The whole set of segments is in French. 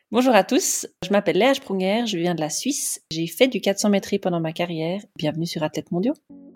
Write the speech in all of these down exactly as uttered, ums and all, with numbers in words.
Bonjour à tous, je m'appelle Léa Sprunger, je viens de la Suisse. J'ai fait du quatre cents mètres pendant ma carrière. Bienvenue sur Athlètes Mondiaux.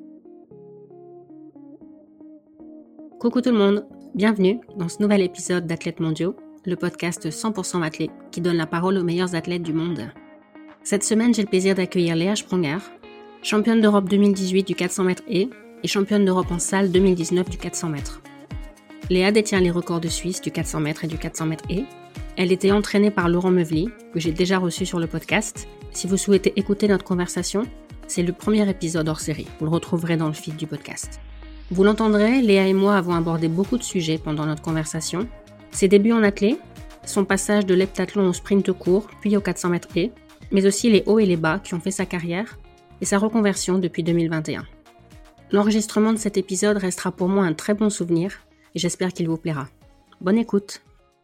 Coucou tout le monde, bienvenue dans ce nouvel épisode d'Athlètes Mondiaux, le podcast cent pour cent athlète qui donne la parole aux meilleurs athlètes du monde. Cette semaine, j'ai le plaisir d'accueillir Léa Sprunger, championne d'Europe deux mille dix-huit du quatre cents mètres et et championne d'Europe en salle deux mille dix-neuf du quatre cents mètres. Léa détient les records de Suisse du quatre cents mètres et du quatre cents mètres et elle était entraînée par Laurent Meuvely, que j'ai déjà reçu sur le podcast. Si vous souhaitez écouter notre conversation, c'est le premier épisode hors série. Vous le retrouverez dans le feed du podcast. Vous l'entendrez, Léa et moi avons abordé beaucoup de sujets pendant notre conversation. Ses débuts en athlée, son passage de l'heptathlon au sprint court, puis au quatre cents mètres et, mais aussi les hauts et les bas qui ont fait sa carrière, et sa reconversion depuis deux mille vingt et un. L'enregistrement de cet épisode restera pour moi un très bon souvenir, et j'espère qu'il vous plaira. Bonne écoute.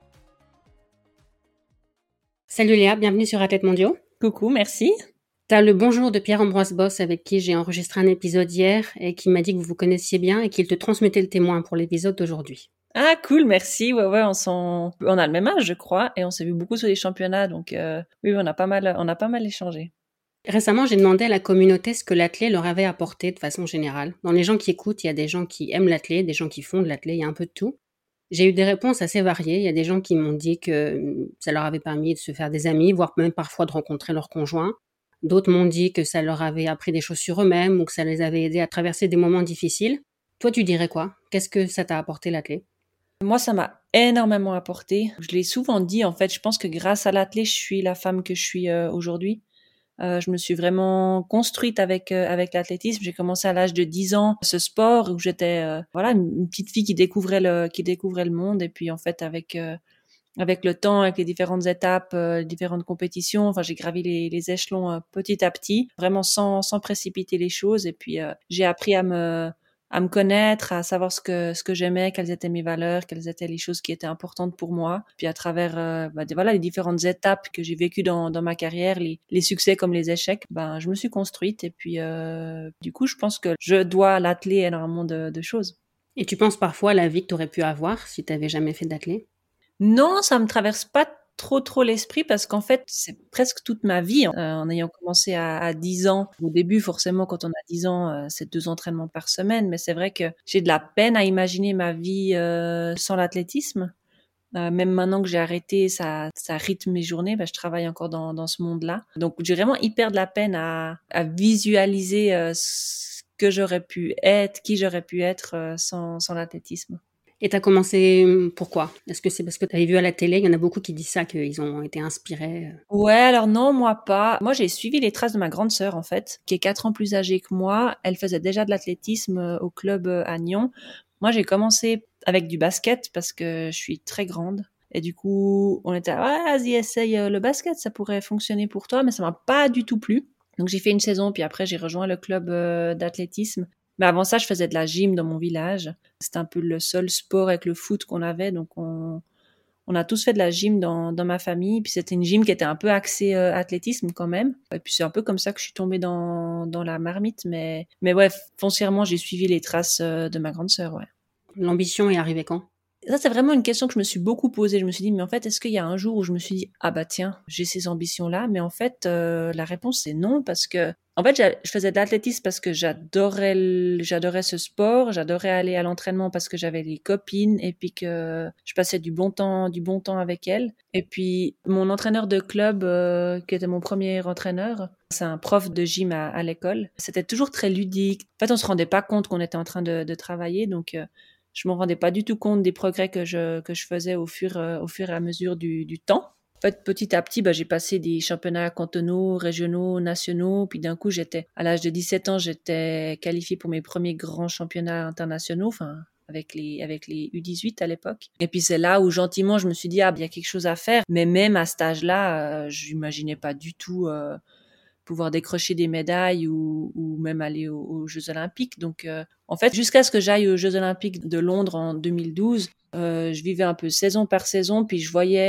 Salut Léa, bienvenue sur Athlètes Mondiaux. Coucou, merci. T'as le bonjour de Pierre-Ambroise Boss avec qui j'ai enregistré un épisode hier et qui m'a dit que vous vous connaissiez bien et qu'il te transmettait le témoin pour l'épisode d'aujourd'hui. Ah cool, merci. Ouais ouais, on s'en... on a le même âge, je crois, et on s'est vu beaucoup sur les championnats, donc euh, oui, on a pas mal, on a pas mal échangé. Récemment, j'ai demandé à la communauté ce que l'athlé leur avait apporté de façon générale. Dans les gens qui écoutent, il y a des gens qui aiment l'athlé, des gens qui font de l'athlé, il y a un peu de tout. J'ai eu des réponses assez variées. Il y a des gens qui m'ont dit que ça leur avait permis de se faire des amis, voire même parfois de rencontrer leur conjoint. D'autres m'ont dit que ça leur avait appris des choses sur eux-mêmes ou que ça les avait aidés à traverser des moments difficiles. Toi, tu dirais quoi? Qu'est-ce que ça t'a apporté l'athlé? Moi, ça m'a énormément apporté. Je l'ai souvent dit, en fait, je pense que grâce à l'athlé, je suis la femme que je suis euh, aujourd'hui. Euh, je me suis vraiment construite avec euh, avec l'athlétisme. J'ai commencé à l'âge de dix ans ce sport où j'étais euh, voilà une, une petite fille qui découvrait le qui découvrait le monde, et puis en fait avec euh, avec le temps, avec les différentes étapes, euh, les différentes compétitions, enfin j'ai gravi les, les échelons euh, petit à petit, vraiment sans sans précipiter les choses, et puis euh, j'ai appris à me à me connaître, à savoir ce que ce que j'aimais, quelles étaient mes valeurs, quelles étaient les choses qui étaient importantes pour moi. Puis à travers euh, bah, des, voilà les différentes étapes que j'ai vécues dans dans ma carrière, les les succès comme les échecs, ben je me suis construite, et puis euh, du coup je pense que je dois à l'athlé énormément de, de choses. Et tu penses parfois à la vie que tu aurais pu avoir si tu n'avais jamais fait d'athlé? Non, ça me traverse pas trop trop l'esprit, parce qu'en fait, c'est presque toute ma vie, euh, en ayant commencé à, à dix ans. Au début, forcément, quand on a dix ans, euh, c'est deux entraînements par semaine, mais c'est vrai que j'ai de la peine à imaginer ma vie euh, sans l'athlétisme. Euh, même maintenant que j'ai arrêté, ça, ça rythme mes journées. Ben, je travaille encore dans, dans ce monde-là. Donc, j'ai vraiment hyper de la peine à, à visualiser euh, ce que j'aurais pu être, qui j'aurais pu être euh, sans, sans l'athlétisme. Et t'as commencé pourquoi? Est-ce que c'est parce que t'avais vu à la télé? Il y en a beaucoup qui disent ça, qu'ils ont été inspirés. Ouais, alors non, moi pas. Moi, j'ai suivi les traces de ma grande sœur, en fait, qui est quatre ans plus âgée que moi. Elle faisait déjà de l'athlétisme euh, au club euh, à Nyon. Moi, j'ai commencé avec du basket parce que je suis très grande. Et du coup, on était, ah, vas-y, essaye euh, le basket, ça pourrait fonctionner pour toi, mais ça m'a pas du tout plu. Donc, j'ai fait une saison, puis après, j'ai rejoint le club euh, d'athlétisme. Mais avant ça, je faisais de la gym dans mon village. C'était un peu le seul sport avec le foot qu'on avait, donc on on a tous fait de la gym dans, dans ma famille, puis c'était une gym qui était un peu axée euh, athlétisme quand même. Et puis c'est un peu comme ça que je suis tombée dans, dans la marmite, mais, mais ouais, foncièrement, j'ai suivi les traces euh, de ma grande sœur, ouais. L'ambition est arrivée quand? Ça, c'est vraiment une question que je me suis beaucoup posée. Je me suis dit, mais en fait, est-ce qu'il y a un jour où je me suis dit, ah bah tiens, j'ai ces ambitions-là? Mais en fait, euh, la réponse c'est non, parce que, en fait, je faisais de l'athlétisme parce que j'adorais, le, j'adorais ce sport, j'adorais aller à l'entraînement parce que j'avais des copines et puis que je passais du bon temps, du bon temps avec elles. Et puis, mon entraîneur de club, euh, qui était mon premier entraîneur, c'est un prof de gym à, à l'école. C'était toujours très ludique. En fait, on se rendait pas compte qu'on était en train de, de travailler, donc euh, je me rendais pas du tout compte des progrès que je que je faisais au fur euh, au fur et à mesure du du temps. En fait, petit à petit, bah, j'ai passé des championnats cantonaux, régionaux, nationaux, puis d'un coup, j'étais à l'âge de dix-sept ans, j'étais qualifiée pour mes premiers grands championnats internationaux, enfin avec les avec les U dix-huit à l'époque. Et puis c'est là où gentiment, je me suis dit ah, il y a quelque chose à faire, mais même à cet âge-là, euh, j'imaginais pas du tout euh, pouvoir décrocher des médailles ou, ou même aller aux, aux Jeux Olympiques. Donc, euh, en fait, jusqu'à ce que j'aille aux Jeux Olympiques de Londres en deux mille douze, euh, je vivais un peu saison par saison, puis je voyais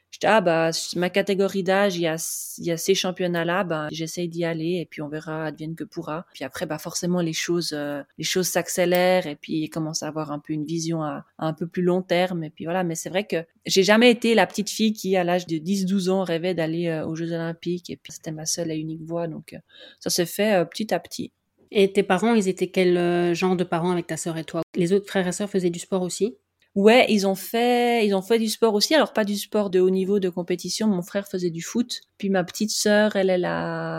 J'étais, ah bah, ma catégorie d'âge, il y a, il y a ces championnats-là, bah, j'essaye d'y aller et puis on verra, advienne que pourra. Puis après, bah, forcément, les choses, euh, les choses s'accélèrent et puis ils commencent à avoir un peu une vision à, à un peu plus long terme. Et puis voilà, mais c'est vrai que j'ai jamais été la petite fille qui, à l'âge de dix douze ans, rêvait d'aller euh, aux Jeux Olympiques et puis c'était ma seule et unique voie. Donc, euh, ça s'est fait euh, petit à petit. Et tes parents, ils étaient quel euh, genre de parents avec ta sœur et toi? Les autres frères et sœurs faisaient du sport aussi? Ouais, ils ont fait, ils ont fait du sport aussi. Alors pas du sport de haut niveau de compétition. Mon frère faisait du foot. Puis ma petite sœur, elle, elle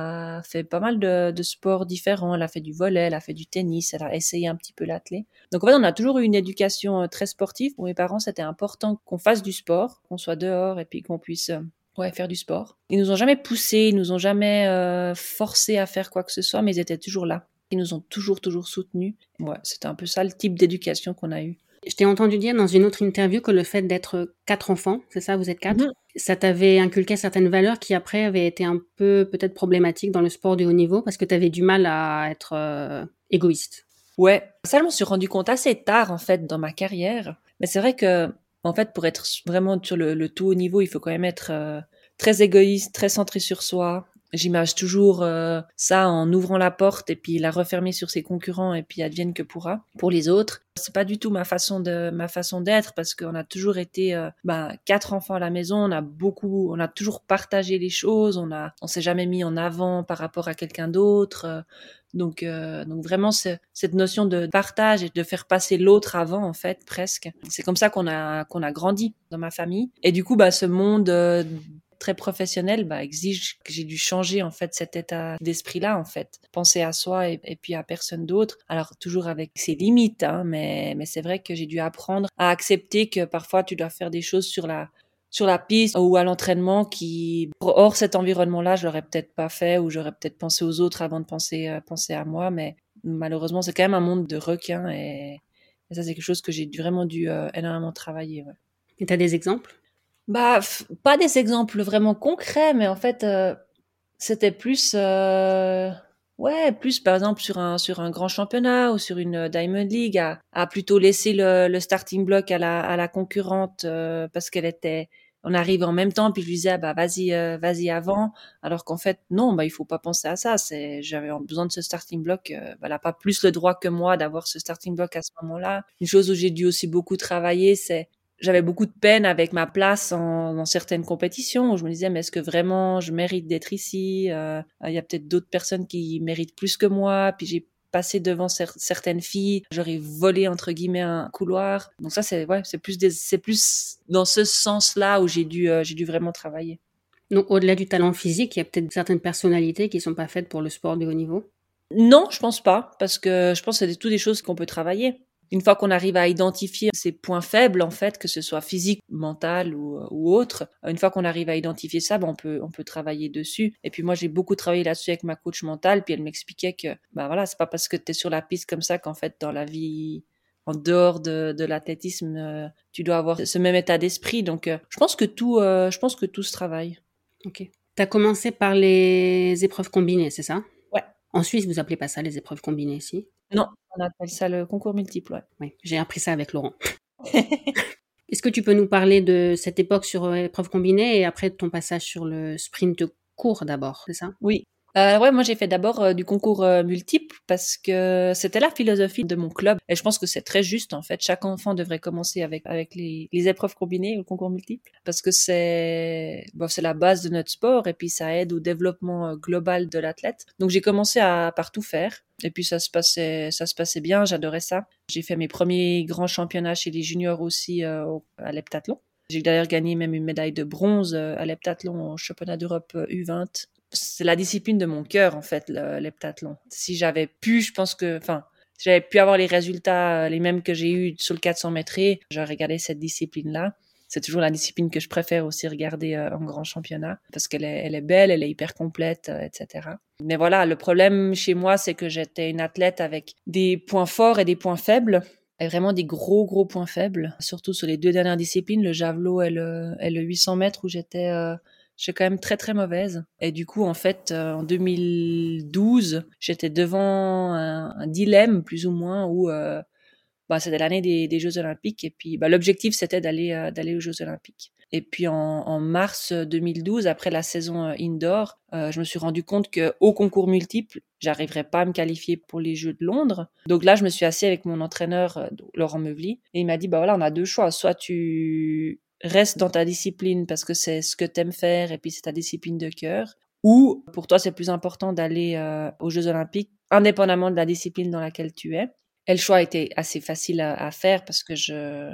a fait pas mal de, de sports différents. Elle a fait du volley, elle a fait du tennis, elle a essayé un petit peu l'athlé. Donc en fait, on a toujours eu une éducation très sportive. Pour mes parents, c'était important qu'on fasse du sport, qu'on soit dehors et puis qu'on puisse, euh, ouais, faire du sport. Ils nous ont jamais poussés, ils nous ont jamais euh, forcés à faire quoi que ce soit, mais ils étaient toujours là. Ils nous ont toujours, toujours soutenus. Ouais, c'était un peu ça le type d'éducation qu'on a eu. Je t'ai entendu dire dans une autre interview que le fait d'être quatre enfants, c'est ça, vous êtes quatre, Mm-hmm. ça t'avait inculqué certaines valeurs qui après avaient été un peu peut-être problématiques dans le sport de haut niveau parce que t'avais du mal à être euh, égoïste. Ouais, ça je m'en suis rendu compte assez tard en fait dans ma carrière. Mais c'est vrai que en fait pour être vraiment sur le, le tout haut niveau, il faut quand même être euh, très égoïste, très centré sur soi. J'imagine toujours euh, ça en ouvrant la porte et puis la refermer sur ses concurrents et puis advienne que pourra pour les autres. C'est pas du tout ma façon de ma façon d'être parce qu'on a toujours été euh, bah, quatre enfants à la maison, on a beaucoup, on a toujours partagé les choses, on a on s'est jamais mis en avant par rapport à quelqu'un d'autre. Euh, donc euh, donc vraiment c'est, cette notion de partage et de faire passer l'autre avant en fait presque. C'est comme ça qu'on a qu'on a grandi dans ma famille et du coup bah ce monde euh, très professionnel bah, exige que j'ai dû changer en fait cet état d'esprit-là en fait, penser à soi et, et puis à personne d'autre. Alors toujours avec ses limites, hein, mais mais c'est vrai que j'ai dû apprendre à accepter que parfois tu dois faire des choses sur la sur la piste ou à l'entraînement qui hors cet environnement-là, je l'aurais peut-être pas fait ou j'aurais peut-être pensé aux autres avant de penser euh, penser à moi. Mais malheureusement, c'est quand même un monde de requins et, et ça c'est quelque chose que j'ai vraiment dû euh, énormément travailler. Ouais. Et t'as des exemples? Bah, f- pas des exemples vraiment concrets, mais en fait, euh, c'était plus, euh, ouais, plus par exemple sur un sur un grand championnat ou sur une euh, Diamond League, à, à plutôt laisser le, le starting block à la à la concurrente euh, parce qu'elle était, on arrive en même temps, puis je lui disais ah bah vas-y euh, vas-y avant, alors qu'en fait non, bah il faut pas penser à ça. C'est, j'avais besoin de ce starting block, euh, bah, elle a pas plus le droit que moi d'avoir ce starting block à ce moment-là. Une chose où j'ai dû aussi beaucoup travailler, c'est j'avais beaucoup de peine avec ma place en, dans certaines compétitions où je me disais mais est-ce que vraiment je mérite d'être ici, euh, il y a peut-être d'autres personnes qui méritent plus que moi, puis j'ai passé devant cer- certaines filles, j'aurais volé entre guillemets un couloir. Donc ça c'est ouais, c'est plus des, c'est plus dans ce sens-là où j'ai dû euh, j'ai dû vraiment travailler. Donc au-delà du talent physique, il y a peut-être certaines personnalités qui sont pas faites pour le sport de haut niveau? Non, je pense pas, parce que je pense que c'est toutes des choses qu'on peut travailler. Une fois qu'on arrive à identifier ses points faibles, en fait, que ce soit physique, mental ou, ou autre, une fois qu'on arrive à identifier ça, ben on peut on peut travailler dessus. Et puis moi, j'ai beaucoup travaillé là-dessus avec ma coach mentale, puis elle m'expliquait que ben voilà, c'est pas parce que tu es sur la piste comme ça qu'en fait dans la vie en dehors de, de l'athlétisme, euh, tu dois avoir ce même état d'esprit. Donc euh, je pense que tout euh, je pense que tout se travaille. Ok. T'as commencé par les épreuves combinées, c'est ça? Ouais. En Suisse, vous appelez pas ça les épreuves combinées ici? Non, on appelle ça le concours multiple, ouais. Oui, j'ai appris ça avec Laurent. Est-ce que tu peux nous parler de cette époque sur euh, épreuve combinée et après de ton passage sur le sprint court d'abord, c'est ça? Oui. Euh, ouais, moi j'ai fait d'abord euh, du concours euh, multiple parce que c'était la philosophie de mon club et je pense que c'est très juste en fait. Chaque enfant devrait commencer avec avec les, les épreuves combinées ou le concours multiple parce que c'est bon, c'est la base de notre sport et puis ça aide au développement euh, global de l'athlète. Donc j'ai commencé à par tout faire et puis ça se passait ça se passait bien, j'adorais ça. J'ai fait mes premiers grands championnats chez les juniors aussi euh, au- à l'heptathlon. J'ai d'ailleurs gagné même une médaille de bronze euh, à l'heptathlon au championnat d'Europe euh, U vingt. C'est la discipline de mon cœur, en fait, le, l'heptathlon. Si j'avais pu, je pense que, enfin, si j'avais pu avoir les résultats, euh, les mêmes que j'ai eu sur le quatre cents mètres, j'aurais regardé cette discipline-là. C'est toujours la discipline que je préfère aussi regarder euh, en grand championnat parce qu'elle est, elle est belle, elle est hyper complète, euh, et cetera. Mais voilà, le problème chez moi, c'est que j'étais une athlète avec des points forts et des points faibles. Et vraiment des gros, gros points faibles, surtout sur les deux dernières disciplines, le javelot et le, et le huit cents mètres où j'étais, euh, j'étais quand même très, très mauvaise. Et du coup, en fait, euh, en deux mille douze, j'étais devant un, un dilemme, plus ou moins, où euh, bah, c'était l'année des, des Jeux Olympiques. Et puis, bah, l'objectif, c'était d'aller, euh, d'aller aux Jeux Olympiques. Et puis en, en mars deux mille douze, après la saison indoor, euh, je me suis rendu compte que au concours multiple, j'arriverais pas à me qualifier pour les Jeux de Londres. Donc là, je me suis assise avec mon entraîneur, Laurent Meuvely, et il m'a dit, bah voilà, on a deux choix. Soit tu restes dans ta discipline parce que c'est ce que t'aimes faire et puis c'est ta discipline de cœur, ou pour toi, c'est plus important d'aller euh, aux Jeux Olympiques, indépendamment de la discipline dans laquelle tu es. Et le choix était assez facile à, à faire parce que je...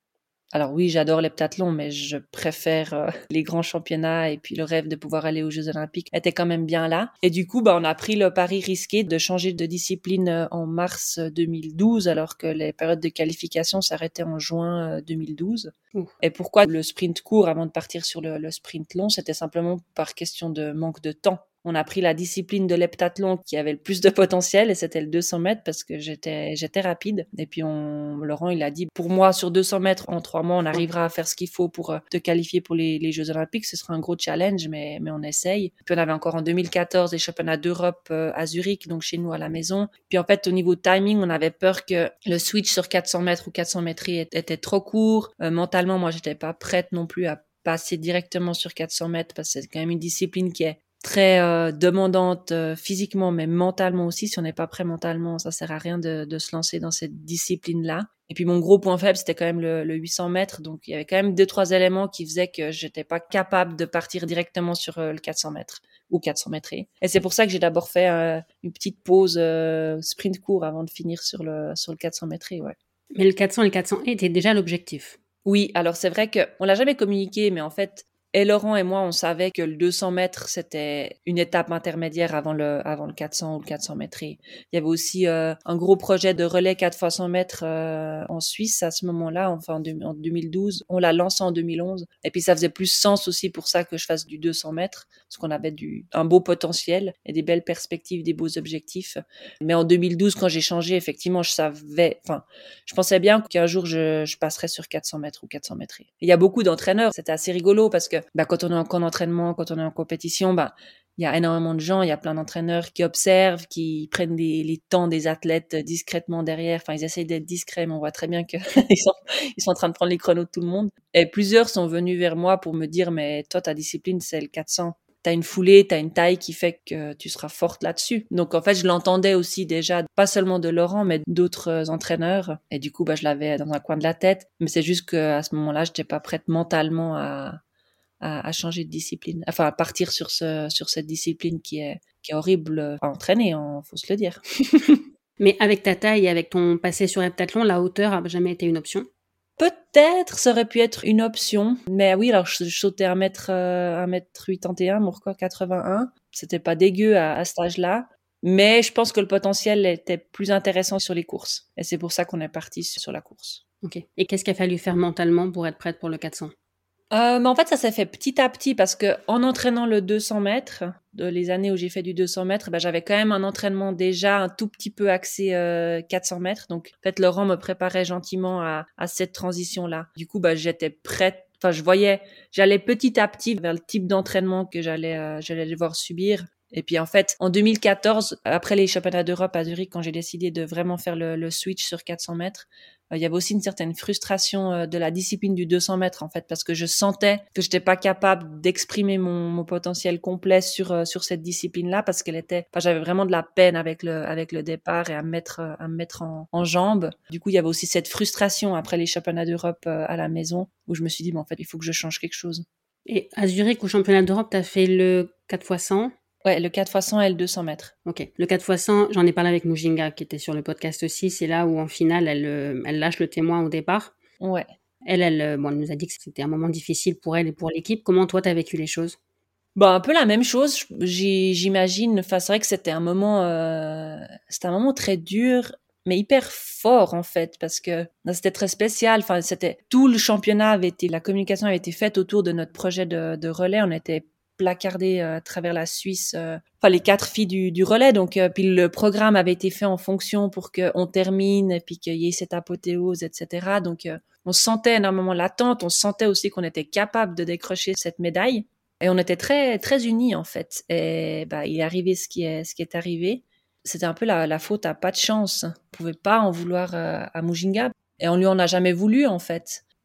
Alors oui, j'adore l'heptathlon, mais je préfère euh, les grands championnats et puis le rêve de pouvoir aller aux Jeux Olympiques était quand même bien là. Et du coup, bah, on a pris le pari risqué de changer de discipline en mars deux mille douze, alors que les périodes de qualification s'arrêtaient en juin deux mille douze. Ouh. Et pourquoi le sprint court avant de partir sur le, le sprint long? C'était simplement par question de manque de temps. On a pris la discipline de l'heptathlon qui avait le plus de potentiel et c'était le deux cents mètres parce que j'étais j'étais rapide. Et puis on, Laurent, il a dit, pour moi, sur deux cents mètres, en trois mois, on arrivera à faire ce qu'il faut pour te qualifier pour les, les Jeux Olympiques. Ce sera un gros challenge, mais, mais on essaye. Puis on avait encore en deux mille quatorze les championnats d'Europe à Zurich, donc chez nous à la maison. Puis en fait, au niveau timing, on avait peur que le switch sur quatre cents mètres ou quatre cents mètres était trop court. Euh, mentalement, moi, j'étais pas prête non plus à passer directement sur quatre cents mètres parce que c'est quand même une discipline qui est très euh, demandante euh, physiquement, mais mentalement aussi. Si on n'est pas prêt mentalement, ça sert à rien de, de se lancer dans cette discipline-là. Et puis mon gros point faible, c'était quand même le, le huit cents mètres. Donc il y avait quand même deux, trois éléments qui faisaient que j'étais pas capable de partir directement sur euh, le quatre cents mètres ou quatre cents mètres. Et c'est pour ça que j'ai d'abord fait euh, une petite pause euh, sprint court avant de finir sur le sur le quatre cents mètres. Ouais. Mais le quatre cents et le quatre cents était déjà l'objectif. Oui, alors c'est vrai que on l'a jamais communiqué, mais en fait, et Laurent et moi, on savait que le deux cents mètres, c'était une étape intermédiaire avant le, avant le quatre cents ou le quatre cents mètres. Il y avait aussi euh, un gros projet de relais quatre fois cent mètres euh, en Suisse à ce moment-là, enfin en, deux, en deux mille douze. On l'a lancé en deux mille onze. Et puis ça faisait plus sens aussi pour ça que je fasse du deux cents mètres, parce qu'on avait du, un beau potentiel et des belles perspectives, des beaux objectifs. Mais en deux mille douze, quand j'ai changé, effectivement, je savais, enfin, je pensais bien qu'un jour je, je passerais sur quatre cents mètres ou quatre cents mètres. Il y a beaucoup d'entraîneurs, c'était assez rigolo parce que bah, quand on est en camp d'entraînement, quand on est en compétition, bah, il y a énormément de gens, il y a plein d'entraîneurs qui observent, qui prennent des, les temps des athlètes discrètement derrière. Enfin, ils essayent d'être discrets, mais on voit très bien qu'ils sont, ils sont en train de prendre les chronos de tout le monde. Et plusieurs sont venus vers moi pour me dire, mais toi, ta discipline, c'est le quatre cents. T'as une foulée, t'as une taille qui fait que tu seras forte là-dessus. Donc, en fait, je l'entendais aussi déjà, pas seulement de Laurent, mais d'autres entraîneurs. Et du coup, bah, je l'avais dans un coin de la tête. Mais c'est juste qu'à ce moment-là, j'étais pas prête mentalement à, À, à changer de discipline, enfin à partir sur ce sur cette discipline qui est qui est horrible à entraîner, hein, faut se le dire. Mais avec ta taille et avec ton passé sur heptathlon, la hauteur a jamais été une option? Peut-être ça aurait pu être une option, mais oui, alors je, je sautais un mètre un mètre quatre-vingt-un et un, mon record quatre-vingt-un, c'était pas dégueu à, à cet âge-là. Mais je pense que le potentiel était plus intéressant sur les courses, et c'est pour ça qu'on est parti sur la course. Ok. Et qu'est-ce qu'il a fallu faire mentalement pour être prête pour le quatre cents? Euh, mais en fait, ça s'est fait petit à petit parce que en entraînant le deux cents mètres, de les années où j'ai fait du deux cents mètres, bah, j'avais quand même un entraînement déjà un tout petit peu axé euh, quatre cents mètres. Donc, en fait, Laurent me préparait gentiment à, à cette transition-là. Du coup, bah, j'étais prête. Enfin, je voyais, j'allais petit à petit vers le type d'entraînement que j'allais, euh, j'allais devoir subir. Et puis en fait, en deux mille quatorze, après les championnats d'Europe à Zurich, quand j'ai décidé de vraiment faire le, le switch sur quatre cents mètres, euh, il y avait aussi une certaine frustration euh, de la discipline du deux cents mètres en fait, parce que je sentais que j'étais pas capable d'exprimer mon, mon potentiel complet sur euh, sur cette discipline-là, parce qu'elle était, enfin, j'avais vraiment de la peine avec le avec le départ et à me mettre à me mettre en, en jambes. Du coup, il y avait aussi cette frustration après les championnats d'Europe euh, à la maison, où je me suis dit, bon, en fait, il faut que je change quelque chose. Et à Zurich, au championnat d'Europe, t'as fait le quatre fois cent? Ouais, le quatre fois cent et le deux cents mètres. Ok. Le quatre fois cent, j'en ai parlé avec Mujinga, qui était sur le podcast aussi. C'est là où, en finale, elle, elle lâche le témoin au départ. Ouais. Elle, elle, bon, elle nous a dit que c'était un moment difficile pour elle et pour l'équipe. Comment, toi, t'as vécu les choses? Bah, un peu la même chose, j'imagine. Enfin, c'est vrai que c'était un moment, euh, c'était un moment très dur, mais hyper fort, en fait, parce que c'était très spécial. Enfin, c'était, tout le championnat avait été, la communication avait été faite autour de notre projet de, de relais. On était placardé euh, à travers la Suisse, euh, enfin les quatre filles du, du relais, donc euh, puis le programme avait été fait en fonction pour qu'on termine et puis qu'il y ait cette apothéose, et cetera. Donc euh, on sentait énormément l'attente, on sentait aussi qu'on était capable de décrocher cette médaille et on était très très unis en fait. Et bah il est arrivé ce qui est ce qui est arrivé. C'était un peu la, la faute à pas de chance. On pouvait pas en vouloir euh, à Mujinga et on lui en a jamais voulu en fait.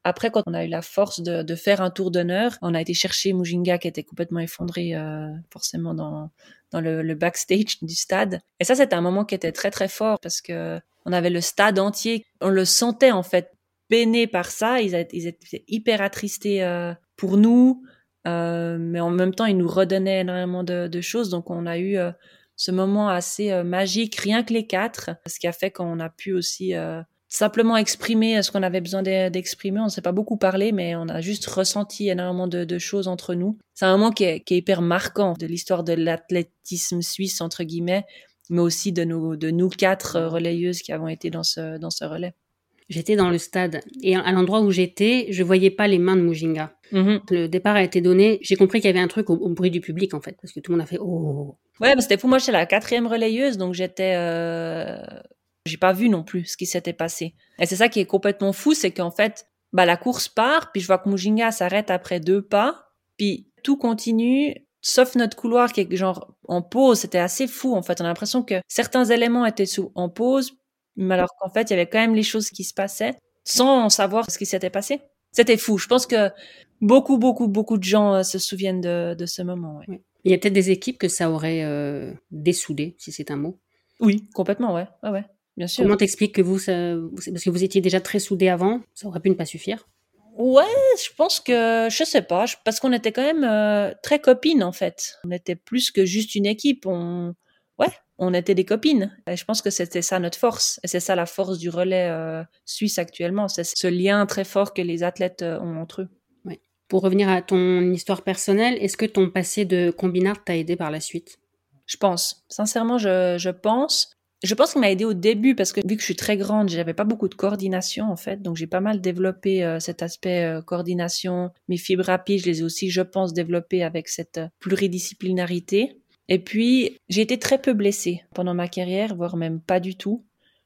après, quand on a eu la force de, de faire un tour d'honneur, on a été chercher Mujinga qui était complètement effondré, euh, forcément dans dans le, le backstage du stade. Et ça, c'était un moment qui était très très fort parce que on avait le stade entier, on le sentait en fait peiné par ça. Ils, a, ils étaient hyper attristés euh, pour nous, euh, mais en même temps, ils nous redonnaient énormément de, de choses. Donc, on a eu euh, ce moment assez euh, magique, rien que les quatre, ce qui a fait qu'on a pu aussi euh, simplement exprimer ce qu'on avait besoin d'exprimer. On ne s'est pas beaucoup parlé, mais on a juste ressenti énormément de, de choses entre nous. C'est un moment qui est, qui est hyper marquant de l'histoire de l'athlétisme suisse, entre guillemets, mais aussi de nous, de nous quatre relayeuses qui avons été dans ce, dans ce relais. J'étais dans le stade et à l'endroit où j'étais, je voyais pas les mains de Mujinga. Mm-hmm. Le départ a été donné. J'ai compris qu'il y avait un truc au, au bruit du public, en fait, parce que tout le monde a fait « Oh ». Ouais, mais c'était fou. Moi, j'étais la quatrième relayeuse, donc j'étais... Euh... J'ai pas vu non plus ce qui s'était passé. Et c'est ça qui est complètement fou, c'est qu'en fait, bah, la course part, puis je vois que Mujinga s'arrête après deux pas, puis tout continue, sauf notre couloir qui est genre en pause. C'était assez fou, en fait. On a l'impression que certains éléments étaient sous, en pause, mais alors qu'en fait, il y avait quand même les choses qui se passaient, sans savoir ce qui s'était passé. C'était fou. Je pense que beaucoup, beaucoup, beaucoup de gens euh, se souviennent de, de ce moment. Ouais. Oui. Il y a peut-être des équipes que ça aurait euh, dessoudé, si c'est un mot. Oui, complètement, ouais. Ouais, ouais. Bien sûr. Comment t'expliques que vous, ça, parce que vous étiez déjà très soudés avant, ça aurait pu ne pas suffire? Ouais, je pense que, je sais pas, parce qu'on était quand même euh, très copines en fait. On était plus que juste une équipe. On, ouais, on était des copines. Et je pense que c'était ça notre force. Et c'est ça la force du relais euh, suisse actuellement. C'est ce lien très fort que les athlètes euh, ont entre eux. Ouais. Pour revenir à ton histoire personnelle, est-ce que ton passé de combinard t'a aidé par la suite? Je pense. Sincèrement, je, je pense. Je pense qu'il m'a aidé au début parce que vu que je suis très grande, j'avais pas beaucoup de coordination en fait, donc j'ai pas mal développé euh, cet aspect euh, coordination. Mes fibres rapides, je les ai aussi, je pense, développées avec cette euh, pluridisciplinarité. Et puis, j'ai été très peu blessée pendant ma carrière, voire même pas du tout.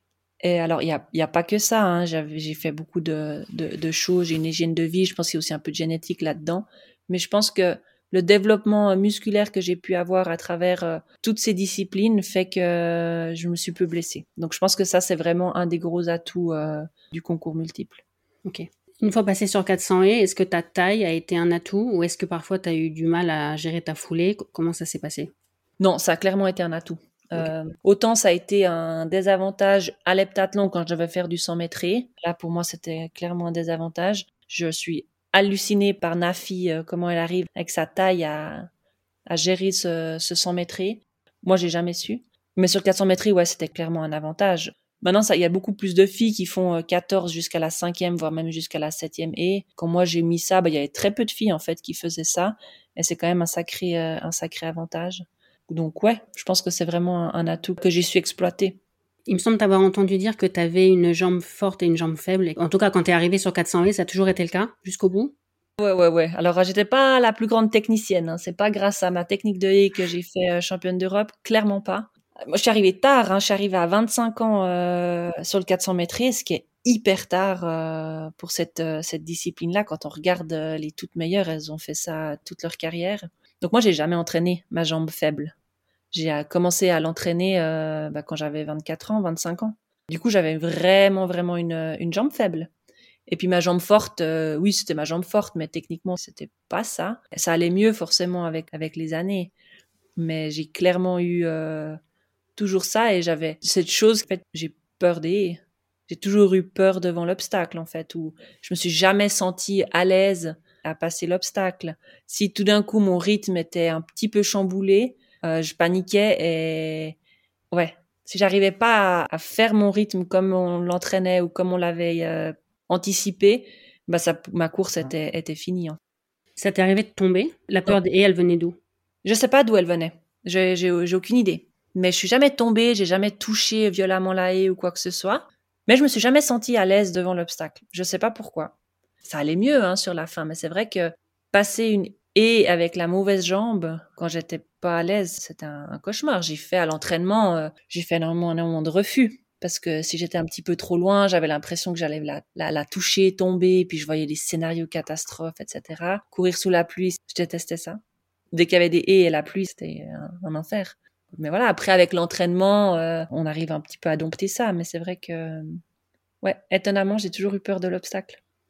Et alors, il y a, y a pas que ça. Hein. J'avais, j'ai fait beaucoup de, de, de choses. J'ai une hygiène de vie. Je pense qu'il y a aussi un peu de génétique là-dedans. Mais je pense que le développement musculaire que j'ai pu avoir à travers euh, toutes ces disciplines fait que euh, je me suis peu blessée. Donc, je pense que ça, c'est vraiment un des gros atouts euh, du concours multiple. Ok. Une fois passé sur quatre cents haies, est-ce que ta taille a été un atout ou est-ce que parfois tu as eu du mal à gérer ta foulée? Comment ça s'est passé? Non, ça a clairement été un atout. Euh, okay. Autant ça a été un désavantage à l'heptathlon quand je devais faire du cent mètres. Là, pour moi, c'était clairement un désavantage. Je suis hallucinée par Nafi, euh, comment elle arrive avec sa taille à, à gérer ce, ce cent mètres. Moi, j'ai jamais su. Mais sur quatre cents mètres, ouais, c'était clairement un avantage. Maintenant, ça, il y a beaucoup plus de filles qui font quatorze jusqu'à la cinquième, voire même jusqu'à la septième. Et quand moi j'ai mis ça, bah, il y avait très peu de filles en fait qui faisaient ça. Et c'est quand même un sacré, euh, un sacré avantage. Donc ouais, je pense que c'est vraiment un, un atout que j'ai su exploiter. Il me semble t'avoir entendu dire que tu avais une jambe forte et une jambe faible. En tout cas, quand tu es arrivée sur quatre cents haies, ça a toujours été le cas, jusqu'au bout? Ouais, ouais, ouais. Alors, j'étais pas la plus grande technicienne. Hein. C'est pas grâce à ma technique de haie que j'ai fait euh, championne d'Europe. Clairement pas. Moi, je suis arrivée tard. Hein. Je suis arrivée à vingt-cinq ans euh, sur le quatre cents mètres, ce qui est hyper tard euh, pour cette, euh, cette discipline-là. Quand on regarde euh, les toutes meilleures, elles ont fait ça toute leur carrière. Donc, moi, j'ai jamais entraîné ma jambe faible. J'ai commencé à l'entraîner euh, bah, quand j'avais vingt-quatre ans, vingt-cinq ans. Du coup, j'avais vraiment, vraiment une, une jambe faible. Et puis ma jambe forte, euh, oui, c'était ma jambe forte, mais techniquement, c'était pas ça. Ça allait mieux forcément avec avec les années. Mais j'ai clairement eu euh, toujours ça et j'avais cette chose, en fait, j'ai peur des... J'ai toujours eu peur devant l'obstacle, en fait, où je me suis jamais sentie à l'aise à passer l'obstacle. Si tout d'un coup, mon rythme était un petit peu chamboulé, euh, je paniquais et... Ouais, si j'arrivais pas à, à faire mon rythme comme on l'entraînait ou comme on l'avait euh, anticipé, bah ça, ma course était, était finie. Hein. Ça t'est arrivé de tomber? La peur des haies, elle venait d'où? Je sais pas d'où elle venait. J'ai, j'ai, j'ai aucune idée. Mais je suis jamais tombée, j'ai jamais touché violemment la haie ou quoi que ce soit. Mais je me suis jamais sentie à l'aise devant l'obstacle. Je sais pas pourquoi. Ça allait mieux hein, sur la fin, mais c'est vrai que passer une haie avec la mauvaise jambe, quand j'étais pas à l'aise, c'était un, un cauchemar. J'ai fait à l'entraînement, euh, j'ai fait énormément, énormément de refus. Parce que si j'étais un petit peu trop loin, j'avais l'impression que j'allais la, la, la toucher, tomber, puis je voyais des scénarios catastrophes, et cetera. Courir sous la pluie, je détestais ça. Dès qu'il y avait des haies et la pluie, c'était un, un enfer. Mais voilà, après avec l'entraînement, euh, on arrive un petit peu à dompter ça. Mais c'est vrai que, ouais, étonnamment, j'ai toujours eu peur de l'obstacle.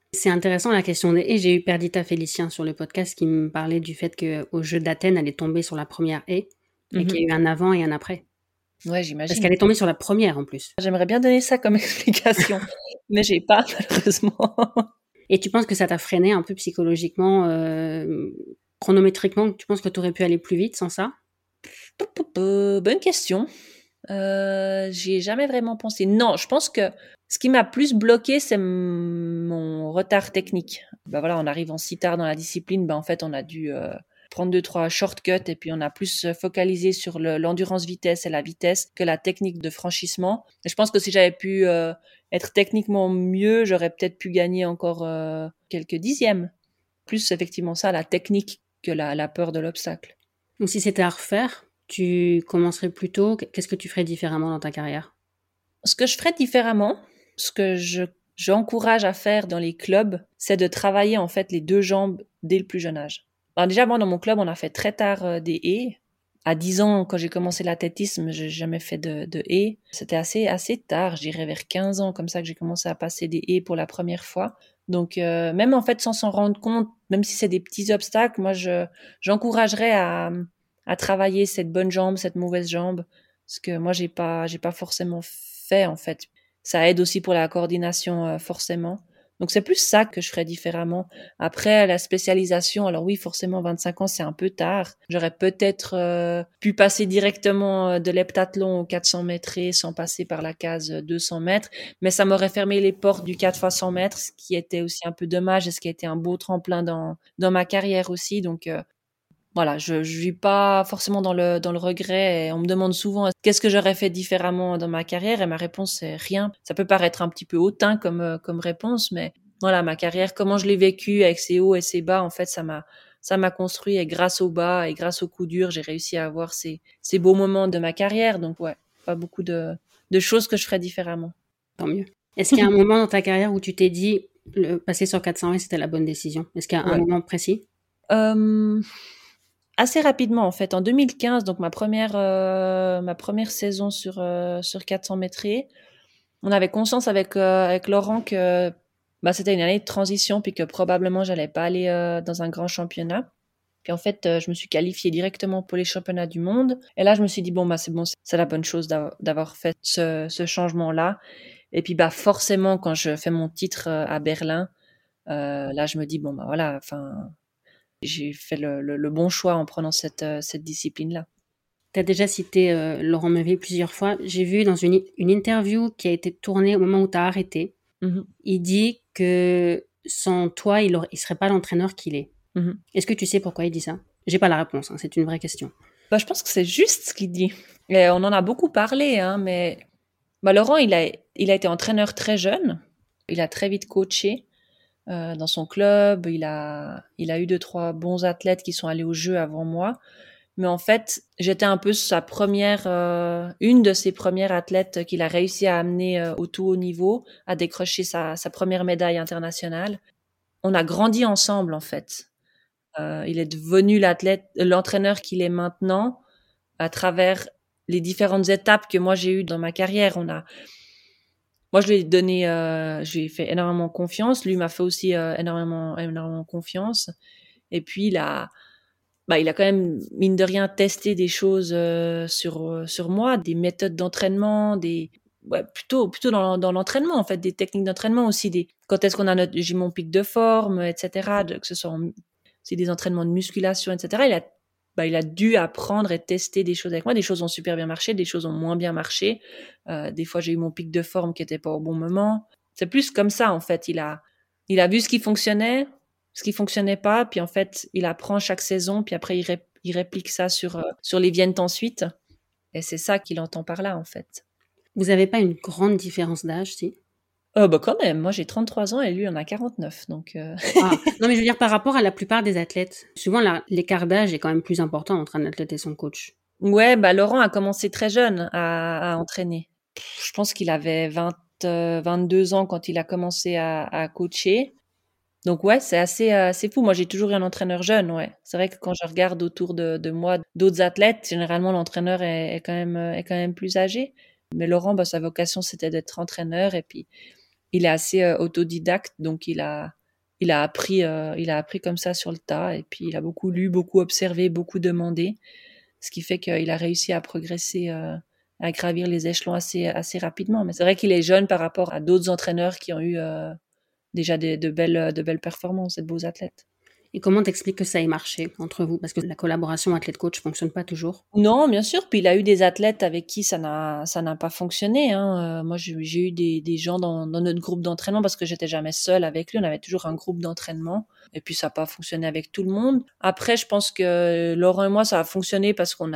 C'est intéressant la question des haies. J'ai eu Perdita Félicien sur le podcast qui me parlait du fait qu'au jeu d'Athènes, elle est tombée sur la première haie et Mhm. qu'il y a eu un avant et un après. Ouais, Parce j'imagine. qu'elle est tombée sur la première en plus. J'aimerais bien donner ça comme explication, mais j'ai pas, malheureusement. Et tu penses que ça t'a freiné un peu psychologiquement, euh, chronométriquement, tu penses que tu aurais pu aller plus vite sans ça? Euh, bonne question. Euh, j'y ai jamais vraiment pensé. Non, je pense que ce qui m'a plus bloqué, c'est m- mon retard technique. Bah voilà, on arrive en si tard dans la discipline, bah en fait, on a dû euh, prendre deux trois shortcuts et puis on a plus euh, focalisé sur le- l'endurance vitesse et la vitesse que la technique de franchissement. Et je pense que si j'avais pu euh, être techniquement mieux, j'aurais peut-être pu gagner encore euh, quelques dixièmes. Plus effectivement ça, la technique que la, la peur de l'obstacle. Donc si c'était à refaire, tu commencerais plus tôt, qu'est-ce que tu ferais différemment dans ta carrière? Ce que je ferais différemment, ce que je j'encourage à faire dans les clubs, c'est de travailler en fait les deux jambes dès le plus jeune âge. Alors déjà, moi, dans mon club, on a fait très tard euh, des haies. À dix ans, quand j'ai commencé l'athlétisme, j'ai jamais fait de, de haies. C'était assez, assez tard, je dirais vers quinze ans, comme ça que j'ai commencé à passer des haies pour la première fois. Donc, euh, même en fait, sans s'en rendre compte, même si c'est des petits obstacles, moi, je, j'encouragerais à, à travailler cette bonne jambe, cette mauvaise jambe. Parce que moi, j'ai pas, j'ai pas forcément fait, en fait. Ça aide aussi pour la coordination, euh, forcément. Donc, c'est plus ça que je ferais différemment. Après, la spécialisation, alors oui, forcément, vingt-cinq ans, c'est un peu tard. J'aurais peut-être euh, pu passer directement euh, de l'heptathlon au quatre cents mètres et sans passer par la case euh, deux cents mètres, mais ça m'aurait fermé les portes du quatre fois cent mètres, ce qui était aussi un peu dommage et ce qui a été un beau tremplin dans, dans ma carrière aussi. Donc, euh, voilà, je, je vis pas forcément dans le dans le regret et on me demande souvent qu'est-ce que j'aurais fait différemment dans ma carrière et ma réponse c'est rien. Ça peut paraître un petit peu hautain comme euh, comme réponse, mais voilà, ma carrière, comment je l'ai vécue avec ses hauts et ses bas, en fait, ça m'a ça m'a construit et grâce aux bas et grâce aux coups durs, j'ai réussi à avoir ces ces beaux moments de ma carrière. Donc ouais, pas beaucoup de de choses que je ferais différemment. Tant mieux. Est-ce qu'il y a un moment dans ta carrière où tu t'es dit, le passer sur quatre cents mètres, c'était la bonne décision? Est-ce qu'il y a un Ouais. moment précis? Euh, Assez rapidement, en fait, en deux mille quinze, donc ma première euh, ma première saison sur euh, sur quatre cents mètres, on avait conscience avec euh, avec Laurent que bah c'était une année de transition puis que probablement j'allais pas aller euh, dans un grand championnat. Puis en fait, euh, je me suis qualifiée directement pour les championnats du monde. Et là, je me suis dit bon bah c'est bon, c'est la bonne chose d'avoir, d'avoir fait ce, ce changement-là. Et puis bah forcément, quand je fais mon titre euh, à Berlin, euh, là je me dis bon bah voilà, enfin j'ai fait le, le, le bon choix en prenant cette, euh, cette discipline-là. Tu as déjà cité euh, Laurent Meuvy plusieurs fois. J'ai vu dans une, une interview qui a été tournée au moment où tu as arrêté, Mhm. il dit que sans toi, il ne serait pas l'entraîneur qu'il est. Mhm. Est-ce que tu sais pourquoi il dit ça? J'ai pas la réponse, hein, c'est une vraie question. Bah, je pense que c'est juste ce qu'il dit. Et on en a beaucoup parlé, hein, mais bah, Laurent, il a, il a été entraîneur très jeune. Il a très vite coaché euh, dans son club. Il a, il a eu deux, trois bons athlètes qui sont allés au jeu avant moi. Mais en fait, j'étais un peu sa première, euh, une de ses premières athlètes qu'il a réussi à amener euh, au tout haut niveau, à décrocher sa, sa première médaille internationale. On a grandi ensemble, en fait. Euh, il est devenu l'athlète, l'entraîneur qu'il est maintenant à travers les différentes étapes que moi j'ai eues dans ma carrière. On a, moi je lui ai donné, euh, je lui ai fait énormément confiance. Lui m'a fait aussi euh, énormément, énormément confiance. Et puis il a, bah il a quand même mine de rien testé des choses euh, sur sur moi, des méthodes d'entraînement, des ouais, plutôt plutôt dans, dans l'entraînement en fait, des techniques d'entraînement aussi, des quand est-ce qu'on a notre j'ai mon pic de forme, et cetera. De, que ce soit en, c'est des entraînements de musculation, et cetera. Il a bah, il a dû apprendre et tester des choses avec moi. Des choses ont super bien marché, des choses ont moins bien marché. Euh, des fois, j'ai eu mon pic de forme qui était pas au bon moment. C'est plus comme ça, en fait. Il a, il a vu ce qui fonctionnait, ce qui fonctionnait pas, puis en fait, il apprend chaque saison, puis après, il, ré, il réplique ça sur, euh, sur les viennent ensuite. Et c'est ça qu'il entend par là, en fait. Vous avez pas une grande différence d'âge, si? Oh, bah quand même, moi j'ai trente-trois ans et lui en a quarante-neuf, donc... Euh... Ah, non, mais je veux dire par rapport à la plupart des athlètes. Souvent, la, l'écart d'âge est quand même plus important entre un athlète et son coach. Ouais, bah Laurent a commencé très jeune à, à entraîner. Je pense qu'il avait vingt, euh, vingt-deux ans quand il a commencé à, à coacher. Donc ouais, c'est assez, euh, assez fou. Moi, j'ai toujours eu un entraîneur jeune, ouais. C'est vrai que quand je regarde autour de, de moi d'autres athlètes, généralement l'entraîneur est, est quand même euh, est quand même plus âgé. Mais Laurent, bah, sa vocation c'était d'être entraîneur et puis il est assez euh, autodidacte, donc il a il a appris, euh, il a appris comme ça sur le tas. Et puis, il a beaucoup lu, beaucoup observé, beaucoup demandé. Ce qui fait qu'il a réussi à progresser, euh, à gravir les échelons assez, assez rapidement. Mais c'est vrai qu'il est jeune par rapport à d'autres entraîneurs qui ont eu euh, déjà des, de, belles, de belles performances et de beaux athlètes. Et comment t'expliques que ça ait marché entre vous? Parce que la collaboration athlète-coach fonctionne pas toujours. Non, bien sûr. Puis il a eu des athlètes avec qui ça n'a ça n'a pas fonctionné. Hein. Euh, moi, j'ai, j'ai eu des, des gens dans, dans notre groupe d'entraînement parce que j'étais jamais seule avec lui. On avait toujours un groupe d'entraînement. Et puis ça n'a pas fonctionné avec tout le monde. Après, je pense que Laurent et moi, ça a fonctionné parce qu'on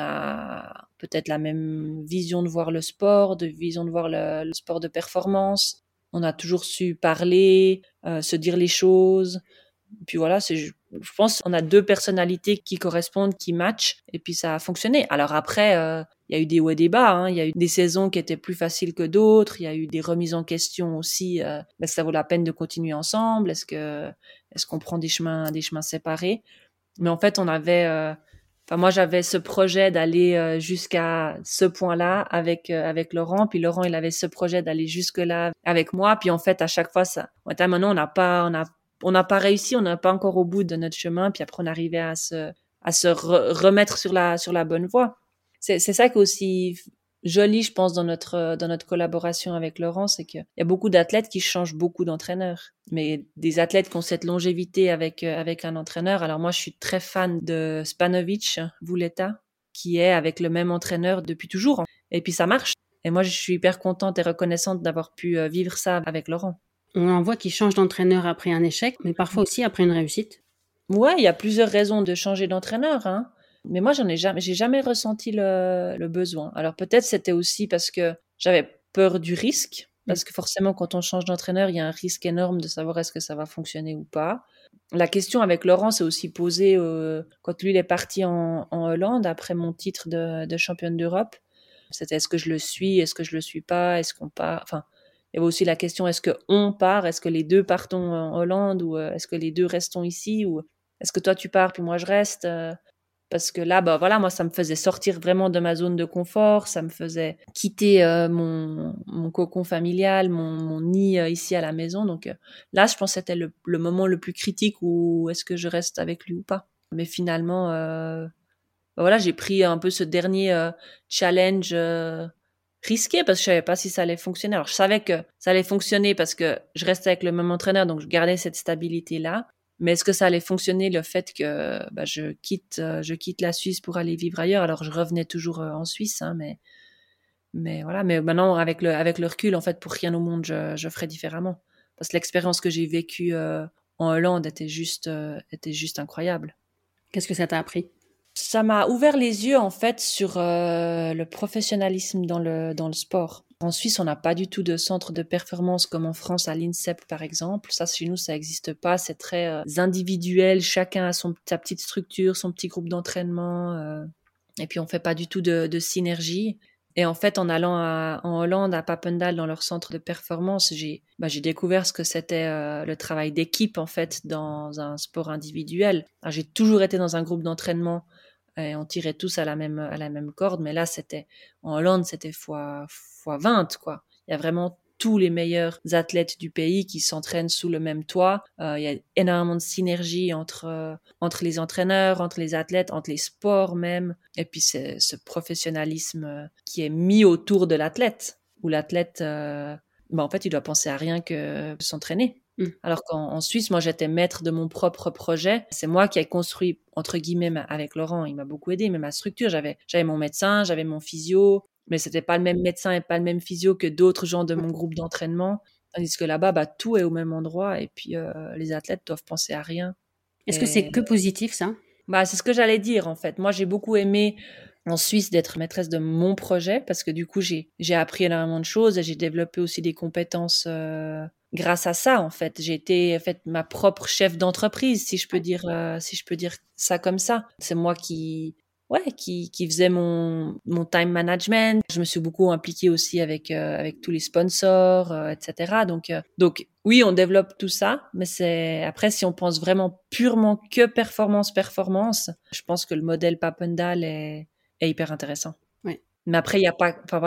a peut-être la même vision de voir le sport, de vision de voir le, le sport de performance. On a toujours su parler, euh, se dire les choses. Puis voilà, c'est, je pense qu'on a deux personnalités qui correspondent, qui matchent, et puis ça a fonctionné. Alors après, euh, il y a eu des hauts et des bas, hein. Il y a eu des saisons qui étaient plus faciles que d'autres, il y a eu des remises en question aussi. Euh, est-ce que ça vaut la peine de continuer ensemble? Est-ce que, est-ce qu'on prend des chemins, des chemins séparés? Mais en fait, on avait, euh, enfin moi j'avais ce projet d'aller euh, jusqu'à ce point-là avec euh, avec Laurent, puis Laurent il avait ce projet d'aller jusque là avec moi, puis en fait à chaque fois ça, maintenant on n'a pas, on a on n'a pas réussi, on n'a pas encore au bout de notre chemin, puis après on arrivait à se, à se re- remettre sur la, sur la bonne voie. C'est, c'est ça qui est aussi joli, je pense, dans notre, dans notre collaboration avec Laurent, c'est qu'il y a beaucoup d'athlètes qui changent beaucoup d'entraîneurs. Mais des athlètes qui ont cette longévité avec, avec un entraîneur. Alors moi, je suis très fan de Spanovic, Vuleta, qui est avec le même entraîneur depuis toujours. Et puis ça marche. Et moi, je suis hyper contente et reconnaissante d'avoir pu vivre ça avec Laurent. On en voit qui change d'entraîneur après un échec, mais parfois aussi après une réussite. Ouais, il y a plusieurs raisons de changer d'entraîneur, hein. Mais moi, j'en ai jamais, j'ai jamais ressenti le, le besoin. Alors peut-être c'était aussi parce que j'avais peur du risque, parce que forcément, quand on change d'entraîneur, il y a un risque énorme de savoir est-ce que ça va fonctionner ou pas. La question avec Laurent s'est aussi posée euh, quand lui il est parti en, en Hollande après mon titre de, de championne d'Europe. C'était est-ce que je le suis, est-ce que je le suis pas, est-ce qu'on part, enfin. Il y avait aussi la question, est-ce qu'on part, est-ce que les deux partons en Hollande ou euh, est-ce que les deux restons ici ou est-ce que toi tu pars puis moi je reste euh, parce que là, bah voilà, moi ça me faisait sortir vraiment de ma zone de confort, ça me faisait quitter euh, mon, mon cocon familial, mon, mon nid euh, ici à la maison. Donc euh, là, je pense que c'était le, le moment le plus critique où est-ce que je reste avec lui ou pas. Mais finalement, euh, bah voilà, j'ai pris un peu ce dernier euh, challenge. Euh, risqué parce que je savais pas si ça allait fonctionner. Alors je savais que ça allait fonctionner parce que je restais avec le même entraîneur, donc je gardais cette stabilité là. Mais est-ce que ça allait fonctionner le fait que bah, je quitte, euh, je quitte la Suisse pour aller vivre ailleurs? Alors je revenais toujours euh, en Suisse, hein, mais mais voilà. Mais maintenant avec le avec le recul, en fait, pour rien au monde, je, je ferais différemment parce que l'expérience que j'ai vécue euh, en Hollande était juste euh, était juste incroyable. Qu'est-ce que ça t'a appris? Ça m'a ouvert les yeux en fait sur euh, le professionnalisme dans le dans le sport. En Suisse, on n'a pas du tout de centre de performance comme en France à l'INSEP par exemple. Ça, chez nous, ça n'existe pas. C'est très euh, individuel. Chacun a son sa petite structure, son petit groupe d'entraînement. Euh, et puis on fait pas du tout de, de synergie. Et en fait, en allant à, en Hollande, à Papendal, dans leur centre de performance, j'ai, bah, j'ai découvert ce que c'était euh, le travail d'équipe en fait dans un sport individuel. Alors, j'ai toujours été dans un groupe d'entraînement et on tirait tous à la même à la même corde, mais là c'était en Hollande c'était fois fois vingt quoi. Il y a vraiment tous les meilleurs athlètes du pays qui s'entraînent sous le même toit. Euh, il y a énormément de synergie entre euh, entre les entraîneurs, entre les athlètes, entre les sports même. Et puis c'est ce professionnalisme euh, qui est mis autour de l'athlète, où l'athlète, euh, bah en fait, il doit penser à rien que s'entraîner. Mmh. Alors qu'en en Suisse, moi, j'étais maître de mon propre projet. C'est moi qui ai construit, entre guillemets, avec Laurent. Il m'a beaucoup aidé, mais ma structure, j'avais, j'avais mon médecin, j'avais mon physio, mais c'était pas le même médecin et pas le même physio que d'autres gens de mon groupe d'entraînement. Tandis que là-bas, bah, tout est au même endroit et puis euh, les athlètes doivent penser à rien. Est-ce et... que c'est que positif, ça? Bah, c'est ce que j'allais dire, en fait. Moi, j'ai beaucoup aimé en Suisse d'être maîtresse de mon projet parce que du coup, j'ai, j'ai appris énormément de choses et j'ai développé aussi des compétences euh, grâce à ça, en fait. J'ai été, en fait, ma propre chef d'entreprise, si je peux dire, euh, si je peux dire ça comme ça. C'est moi qui, ouais, qui, qui faisait mon, mon time management. Je me suis beaucoup impliquée aussi avec, euh, avec tous les sponsors, euh, et cetera. Donc, euh, donc, oui, on développe tout ça, mais c'est, après, si on pense vraiment purement que performance, performance, je pense que le modèle Papendal est, est hyper intéressant. Ouais. Mais après, il y a pas, enfin voilà,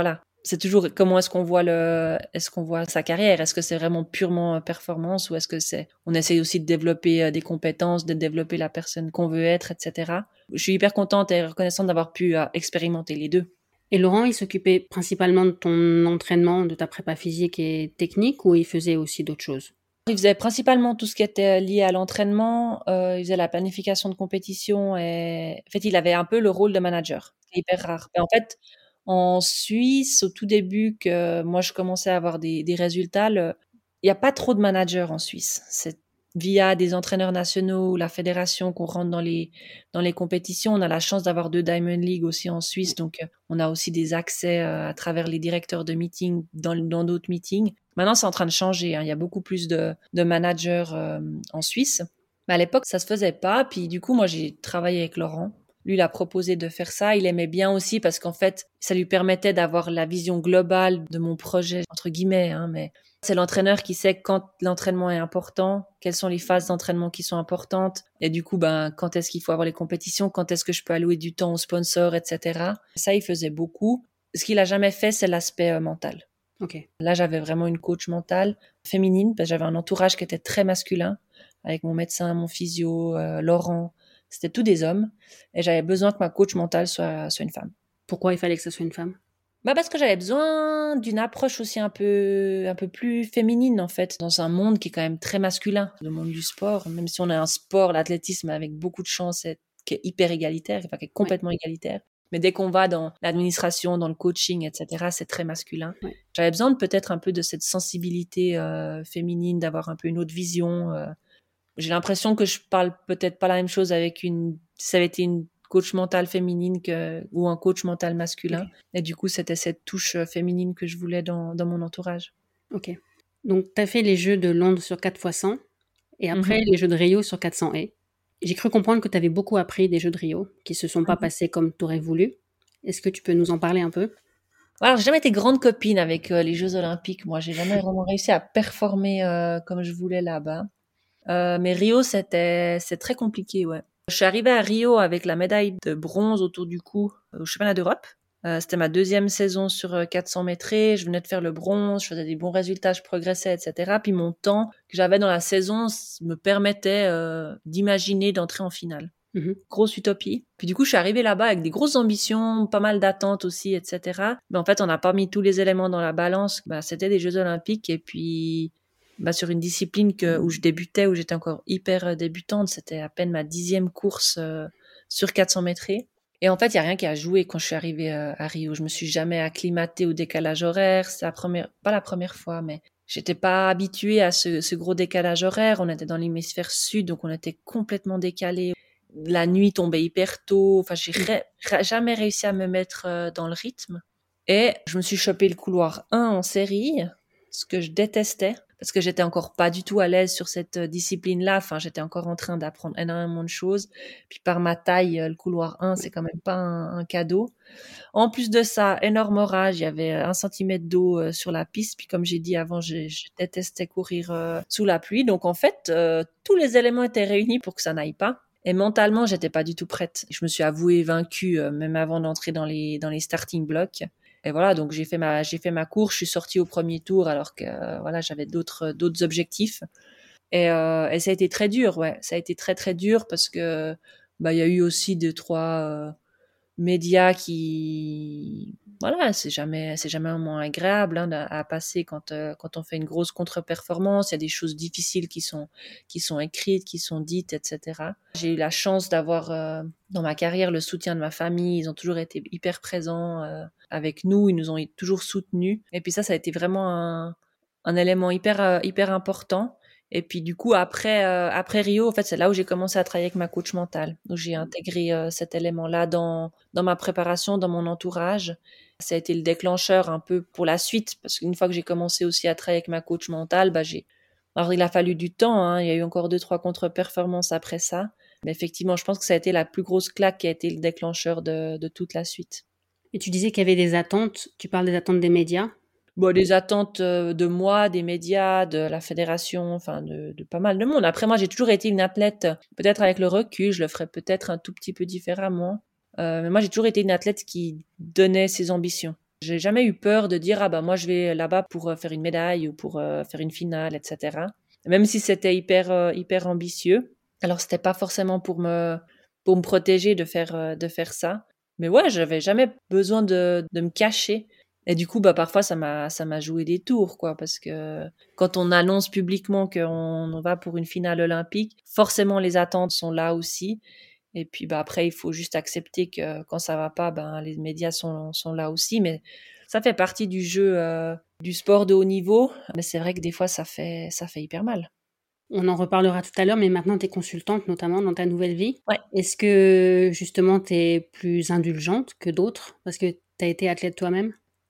c'est toujours comment est-ce qu'on voit le, est-ce qu'on voit sa carrière? Est-ce que c'est vraiment purement performance ou est-ce que c'est, on essaye aussi de développer des compétences, de développer la personne qu'on veut être, et cetera. Je suis hyper contente et reconnaissante d'avoir pu euh, expérimenter les deux. Et Laurent, il s'occupait principalement de ton entraînement, de ta prépa physique et technique, ou il faisait aussi d'autres choses? Il faisait principalement tout ce qui était lié à l'entraînement. Euh, il faisait la planification de compétition et en fait, il avait un peu le rôle de manager. C'est hyper rare. Et en fait, en Suisse, au tout début que moi je commençais à avoir des, des résultats, le... il n'y a pas trop de managers en Suisse. C'est via des entraîneurs nationaux ou la fédération qu'on rentre dans les dans les compétitions. On a la chance d'avoir deux Diamond League aussi en Suisse, donc euh, on a aussi des accès euh, à travers les directeurs de meetings dans dans d'autres meetings. Maintenant, c'est en train de changer. Hein. Il y a beaucoup plus de, de managers euh, en Suisse. Mais à l'époque, ça se faisait pas. Puis du coup, moi, j'ai travaillé avec Laurent. Lui, il a proposé de faire ça. Il aimait bien aussi parce qu'en fait, ça lui permettait d'avoir la vision globale de mon projet, entre guillemets. Hein, mais c'est l'entraîneur qui sait quand l'entraînement est important, quelles sont les phases d'entraînement qui sont importantes. Et du coup, ben, quand est-ce qu'il faut avoir les compétitions, quand est-ce que je peux allouer du temps aux sponsors, et cetera. Ça, il faisait beaucoup. Ce qu'il a jamais fait, c'est l'aspect euh, mental. Okay. Là, j'avais vraiment une coach mentale féminine parce que j'avais un entourage qui était très masculin avec mon médecin, mon physio, euh, Laurent. C'était tous des hommes et j'avais besoin que ma coach mentale soit, soit une femme. Pourquoi il fallait que ce soit une femme? Bah parce que j'avais besoin d'une approche aussi un peu, un peu plus féminine en fait, dans un monde qui est quand même très masculin, le monde du sport. Même si on a un sport, l'athlétisme, avec beaucoup de chance, et qui est hyper égalitaire, enfin qui est complètement ouais. égalitaire. Mais dès qu'on va dans l'administration, dans le coaching, et cetera, c'est très masculin. Ouais. J'avais besoin de peut-être un peu de cette sensibilité euh, féminine, d'avoir un peu une autre vision. Euh. J'ai l'impression que je parle peut-être pas la même chose avec une, si ça avait été une coach mentale féminine que, ou un coach mental masculin. Okay. Et du coup, c'était cette touche féminine que je voulais dans, dans mon entourage. Ok. Donc, tu as fait les Jeux de Londres sur quatre fois cent et après mm-hmm. les Jeux de Rio sur quatre cents haies. J'ai cru comprendre que tu avais beaucoup appris des Jeux de Rio, qui se sont pas passés comme tu aurais voulu. Est-ce que tu peux nous en parler un peu? Alors, j'ai jamais été grande copine avec euh, les Jeux Olympiques. Moi, j'ai jamais vraiment réussi à performer euh, comme je voulais là-bas. Euh, mais Rio, c'était, c'est très compliqué, ouais. Je suis arrivée à Rio avec la médaille de bronze autour du cou au championnat d'Europe. Euh, c'était ma deuxième saison sur quatre cents mètres. Je venais de faire le bronze, je faisais des bons résultats, je progressais, et cetera. Puis mon temps que j'avais dans la saison me permettait euh, d'imaginer d'entrer en finale. Mm-hmm. Grosse utopie. Puis du coup, je suis arrivée là-bas avec des grosses ambitions, pas mal d'attentes aussi, et cetera. Mais en fait, on n'a pas mis tous les éléments dans la balance. Bah, c'était des Jeux Olympiques et puis bah, sur une discipline que, où je débutais, où j'étais encore hyper débutante. C'était à peine ma dixième course euh, sur quatre cents mètres. Et en fait, il n'y a rien qui a joué quand je suis arrivée euh, à Rio. Je me suis jamais acclimatée au décalage horaire. C'est la première, pas la première fois, mais j'étais pas habituée à ce, ce gros décalage horaire. On était dans l'hémisphère sud, donc on était complètement décalés. La nuit tombait hyper tôt. Enfin, j'ai ré- jamais réussi à me mettre euh, dans le rythme. Et je me suis chopé le couloir un en série, ce que je détestais. Parce que j'étais encore pas du tout à l'aise sur cette discipline-là. Enfin, j'étais encore en train d'apprendre énormément de choses. Puis par ma taille, le couloir un, c'est quand même pas un, un cadeau. En plus de ça, énorme orage. Il y avait un centimètre d'eau sur la piste. Puis comme j'ai dit avant, je, je détestais courir euh, sous la pluie. Donc en fait, euh, tous les éléments étaient réunis pour que ça n'aille pas. Et mentalement, j'étais pas du tout prête. Je me suis avouée vaincue euh, même avant d'entrer dans les dans les starting blocks. Et voilà, donc j'ai fait ma j'ai fait ma course, je suis sortie au premier tour alors que euh, voilà, j'avais d'autres d'autres objectifs. Et, euh, et ça a été très dur, ouais, ça a été très très dur parce que bah il y a eu aussi deux trois euh, médias qui voilà, c'est jamais c'est jamais un moment agréable hein, à, à passer quand euh, quand on fait une grosse contre-performance. Il y a des choses difficiles qui sont qui sont écrites, qui sont dites, et cetera. J'ai eu la chance d'avoir euh, dans ma carrière le soutien de ma famille. Ils ont toujours été hyper présents euh, avec nous. Ils nous ont toujours soutenus. Et puis ça, ça a été vraiment un un élément hyper euh, hyper important. Et puis du coup après euh, après Rio, en fait, c'est là où j'ai commencé à travailler avec ma coach mentale. Donc j'ai intégré euh, cet élément-là dans dans ma préparation, dans mon entourage. Ça a été le déclencheur un peu pour la suite parce qu'une fois que j'ai commencé aussi à travailler avec ma coach mentale, bah j'ai alors il a fallu du temps, hein, il y a eu encore deux trois contre-performances après ça, mais effectivement, je pense que ça a été la plus grosse claque qui a été le déclencheur de de toute la suite. Et tu disais qu'il y avait des attentes, tu parles des attentes des médias? Bon, des attentes de moi, des médias, de la fédération, enfin de, de pas mal de monde. Après, moi, j'ai toujours été une athlète, peut-être avec le recul, je le ferais peut-être un tout petit peu différemment. Euh, mais moi, j'ai toujours été une athlète qui donnait ses ambitions. J'ai jamais eu peur de dire, ah bah moi je vais là-bas pour faire une médaille ou pour euh, faire une finale, et cetera. Même si c'était hyper, euh, hyper ambitieux. Alors c'était pas forcément pour me, pour me protéger de faire, euh, de faire ça. Mais ouais, j'avais jamais besoin de, de me cacher. Et du coup, bah parfois ça m'a, ça m'a joué des tours, quoi, parce que quand on annonce publiquement qu'on va pour une finale olympique, forcément les attentes sont là aussi. Et puis bah après, il faut juste accepter que quand ça va pas, ben les médias sont sont là aussi. Mais ça fait partie du jeu euh, du sport de haut niveau. Mais c'est vrai que des fois, ça fait ça fait hyper mal. On en reparlera tout à l'heure, mais maintenant tu es consultante, notamment dans ta nouvelle vie. Ouais. Est-ce que justement tu es plus indulgente que d'autres parce que tu as été athlète toi-même?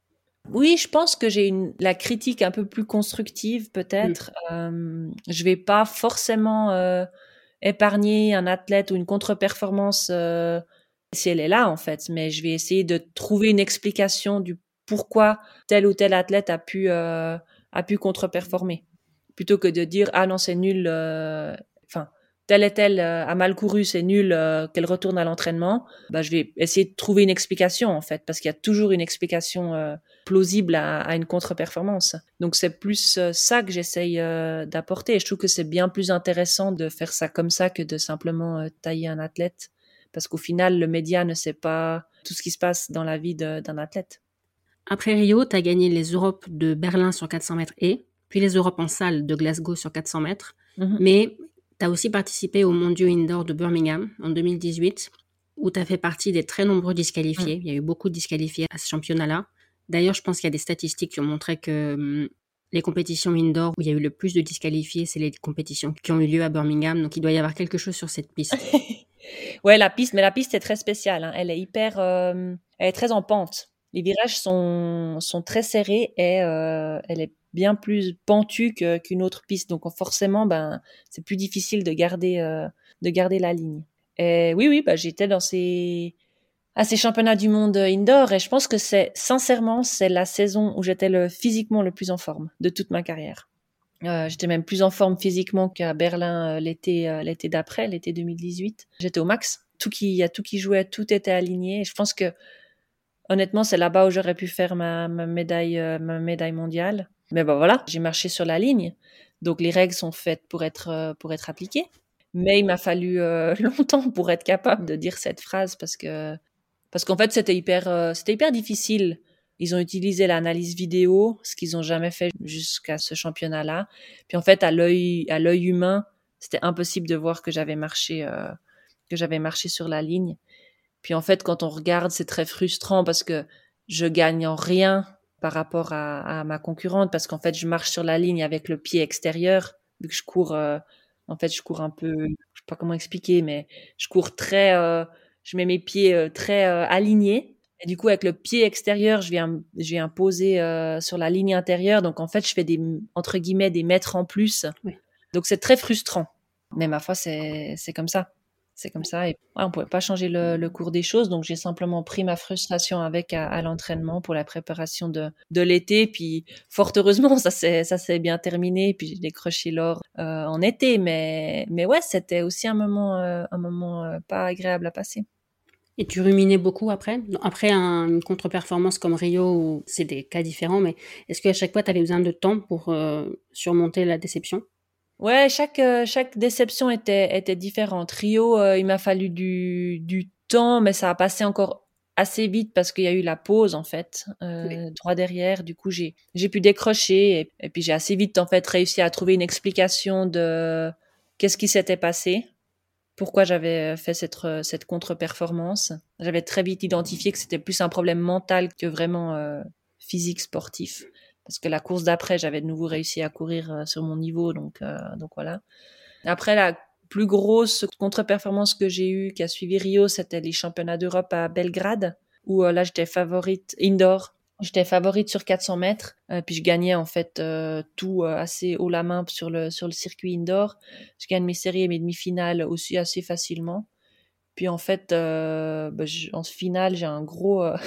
Oui, je pense que j'ai une la critique un peu plus constructive peut-être. Mmh. Euh, je vais pas forcément euh, épargner un athlète ou une contre-performance euh, si elle est là en fait, mais je vais essayer de trouver une explication du pourquoi tel ou tel athlète a pu euh, a pu contre-performer, plutôt que de dire ah non c'est nul, euh, enfin tel et tel euh, a mal couru, c'est nul, euh, qu'elle retourne à l'entraînement. Bah je vais essayer de trouver une explication en fait, parce qu'il y a toujours une explication euh, plausible à, à une contre-performance. Donc c'est plus euh, ça que j'essaye euh, d'apporter. Et je trouve que c'est bien plus intéressant de faire ça comme ça que de simplement euh, tailler un athlète. Parce qu'au final, le média ne sait pas tout ce qui se passe dans la vie de, d'un athlète. Après Rio, tu as gagné les Europes de Berlin sur quatre cents mètres et, puis les Europes en salle de Glasgow sur quatre cents mètres. Mm-hmm. Mais tu as aussi participé aux Mondiaux Indoor de Birmingham en deux mille dix-huit, où tu as fait partie des très nombreux disqualifiés. Mm. Il y a eu beaucoup de disqualifiés à ce championnat-là. D'ailleurs, je pense qu'il y a des statistiques qui ont montré que hum, les compétitions indoor où il y a eu le plus de disqualifiés, c'est les compétitions qui ont eu lieu à Birmingham. Donc, il doit y avoir quelque chose sur cette piste. Ouais, la piste, mais la piste est très spéciale. Hein. Elle est hyper, euh, elle est très en pente. Les virages sont, sont très serrés et euh, elle est bien plus pentue que, qu'une autre piste. Donc forcément, ben, c'est plus difficile de garder, euh, de garder la ligne. Et oui, oui, bah, j'étais dans ces, à ces championnats du monde indoor et je pense que c'est, sincèrement, c'est la saison où j'étais le, physiquement le plus en forme de toute ma carrière. Euh, j'étais même plus en forme physiquement qu'à Berlin euh, l'été, euh, l'été d'après, l'été deux mille dix-huit. J'étais au max. Tout qui, il y a tout qui jouait, tout était aligné. Et je pense que, honnêtement, c'est là-bas où j'aurais pu faire ma, ma médaille, euh, ma médaille mondiale. Mais ben voilà, j'ai marché sur la ligne. Donc les règles sont faites pour être, euh, pour être appliquées. Mais il m'a fallu euh, longtemps pour être capable de dire cette phrase parce que, parce qu'en fait, c'était hyper, euh, c'était hyper difficile. Ils ont utilisé l'analyse vidéo, ce qu'ils ont jamais fait jusqu'à ce championnat-là. Puis en fait, à l'œil, à l'œil humain, c'était impossible de voir que j'avais marché, euh, que j'avais marché sur la ligne. Puis en fait, quand on regarde, c'est très frustrant parce que je gagne en rien par rapport à, à ma concurrente parce qu'en fait, je marche sur la ligne avec le pied extérieur vu que je cours. Euh, en fait, je cours un peu, je sais pas comment expliquer, mais je cours très, euh, je mets mes pieds euh, très euh, alignés. Et du coup, avec le pied extérieur, je viens, je viens poser euh, sur la ligne intérieure. Donc en fait, je fais des entre guillemets des mètres en plus. Oui. Donc c'est très frustrant. Mais ma foi, c'est c'est comme ça. C'est comme ça. Et ouais, on pouvait pas changer le, le cours des choses. Donc, j'ai simplement pris ma frustration avec à, à l'entraînement pour la préparation de, de l'été. Puis, fort heureusement, ça s'est, ça s'est bien terminé. Puis, j'ai décroché l'or euh, en été. Mais, mais ouais, c'était aussi un moment, euh, un moment euh, pas agréable à passer. Et tu ruminais beaucoup après? Après un, une contre-performance comme Rio, où c'est des cas différents, mais est-ce qu'à chaque fois, tu avais besoin de temps pour euh, surmonter la déception? Ouais, chaque euh, chaque déception était était différente. Rio, euh, il m'a fallu du du temps, mais ça a passé encore assez vite parce qu'il y a eu la pause en fait, euh, Oui. droit derrière. Du coup, j'ai j'ai pu décrocher et, et puis j'ai assez vite en fait réussi à trouver une explication de qu'est-ce qui s'était passé, pourquoi j'avais fait cette euh, cette contre-performance. J'avais très vite identifié que c'était plus un problème mental que vraiment euh, physique sportif. Parce que la course d'après, j'avais de nouveau réussi à courir euh, sur mon niveau, donc euh, donc voilà. Après, la plus grosse contre-performance que j'ai eue, qui a suivi Rio, c'était les championnats d'Europe à Belgrade, où euh, là, j'étais favorite indoor. J'étais favorite sur quatre cents mètres, euh, puis je gagnais en fait euh, tout euh, assez haut la main sur le sur le circuit indoor. Je gagne mes séries et mes demi-finales aussi assez facilement. Puis en fait, euh, bah, je, en finale, j'ai un gros euh,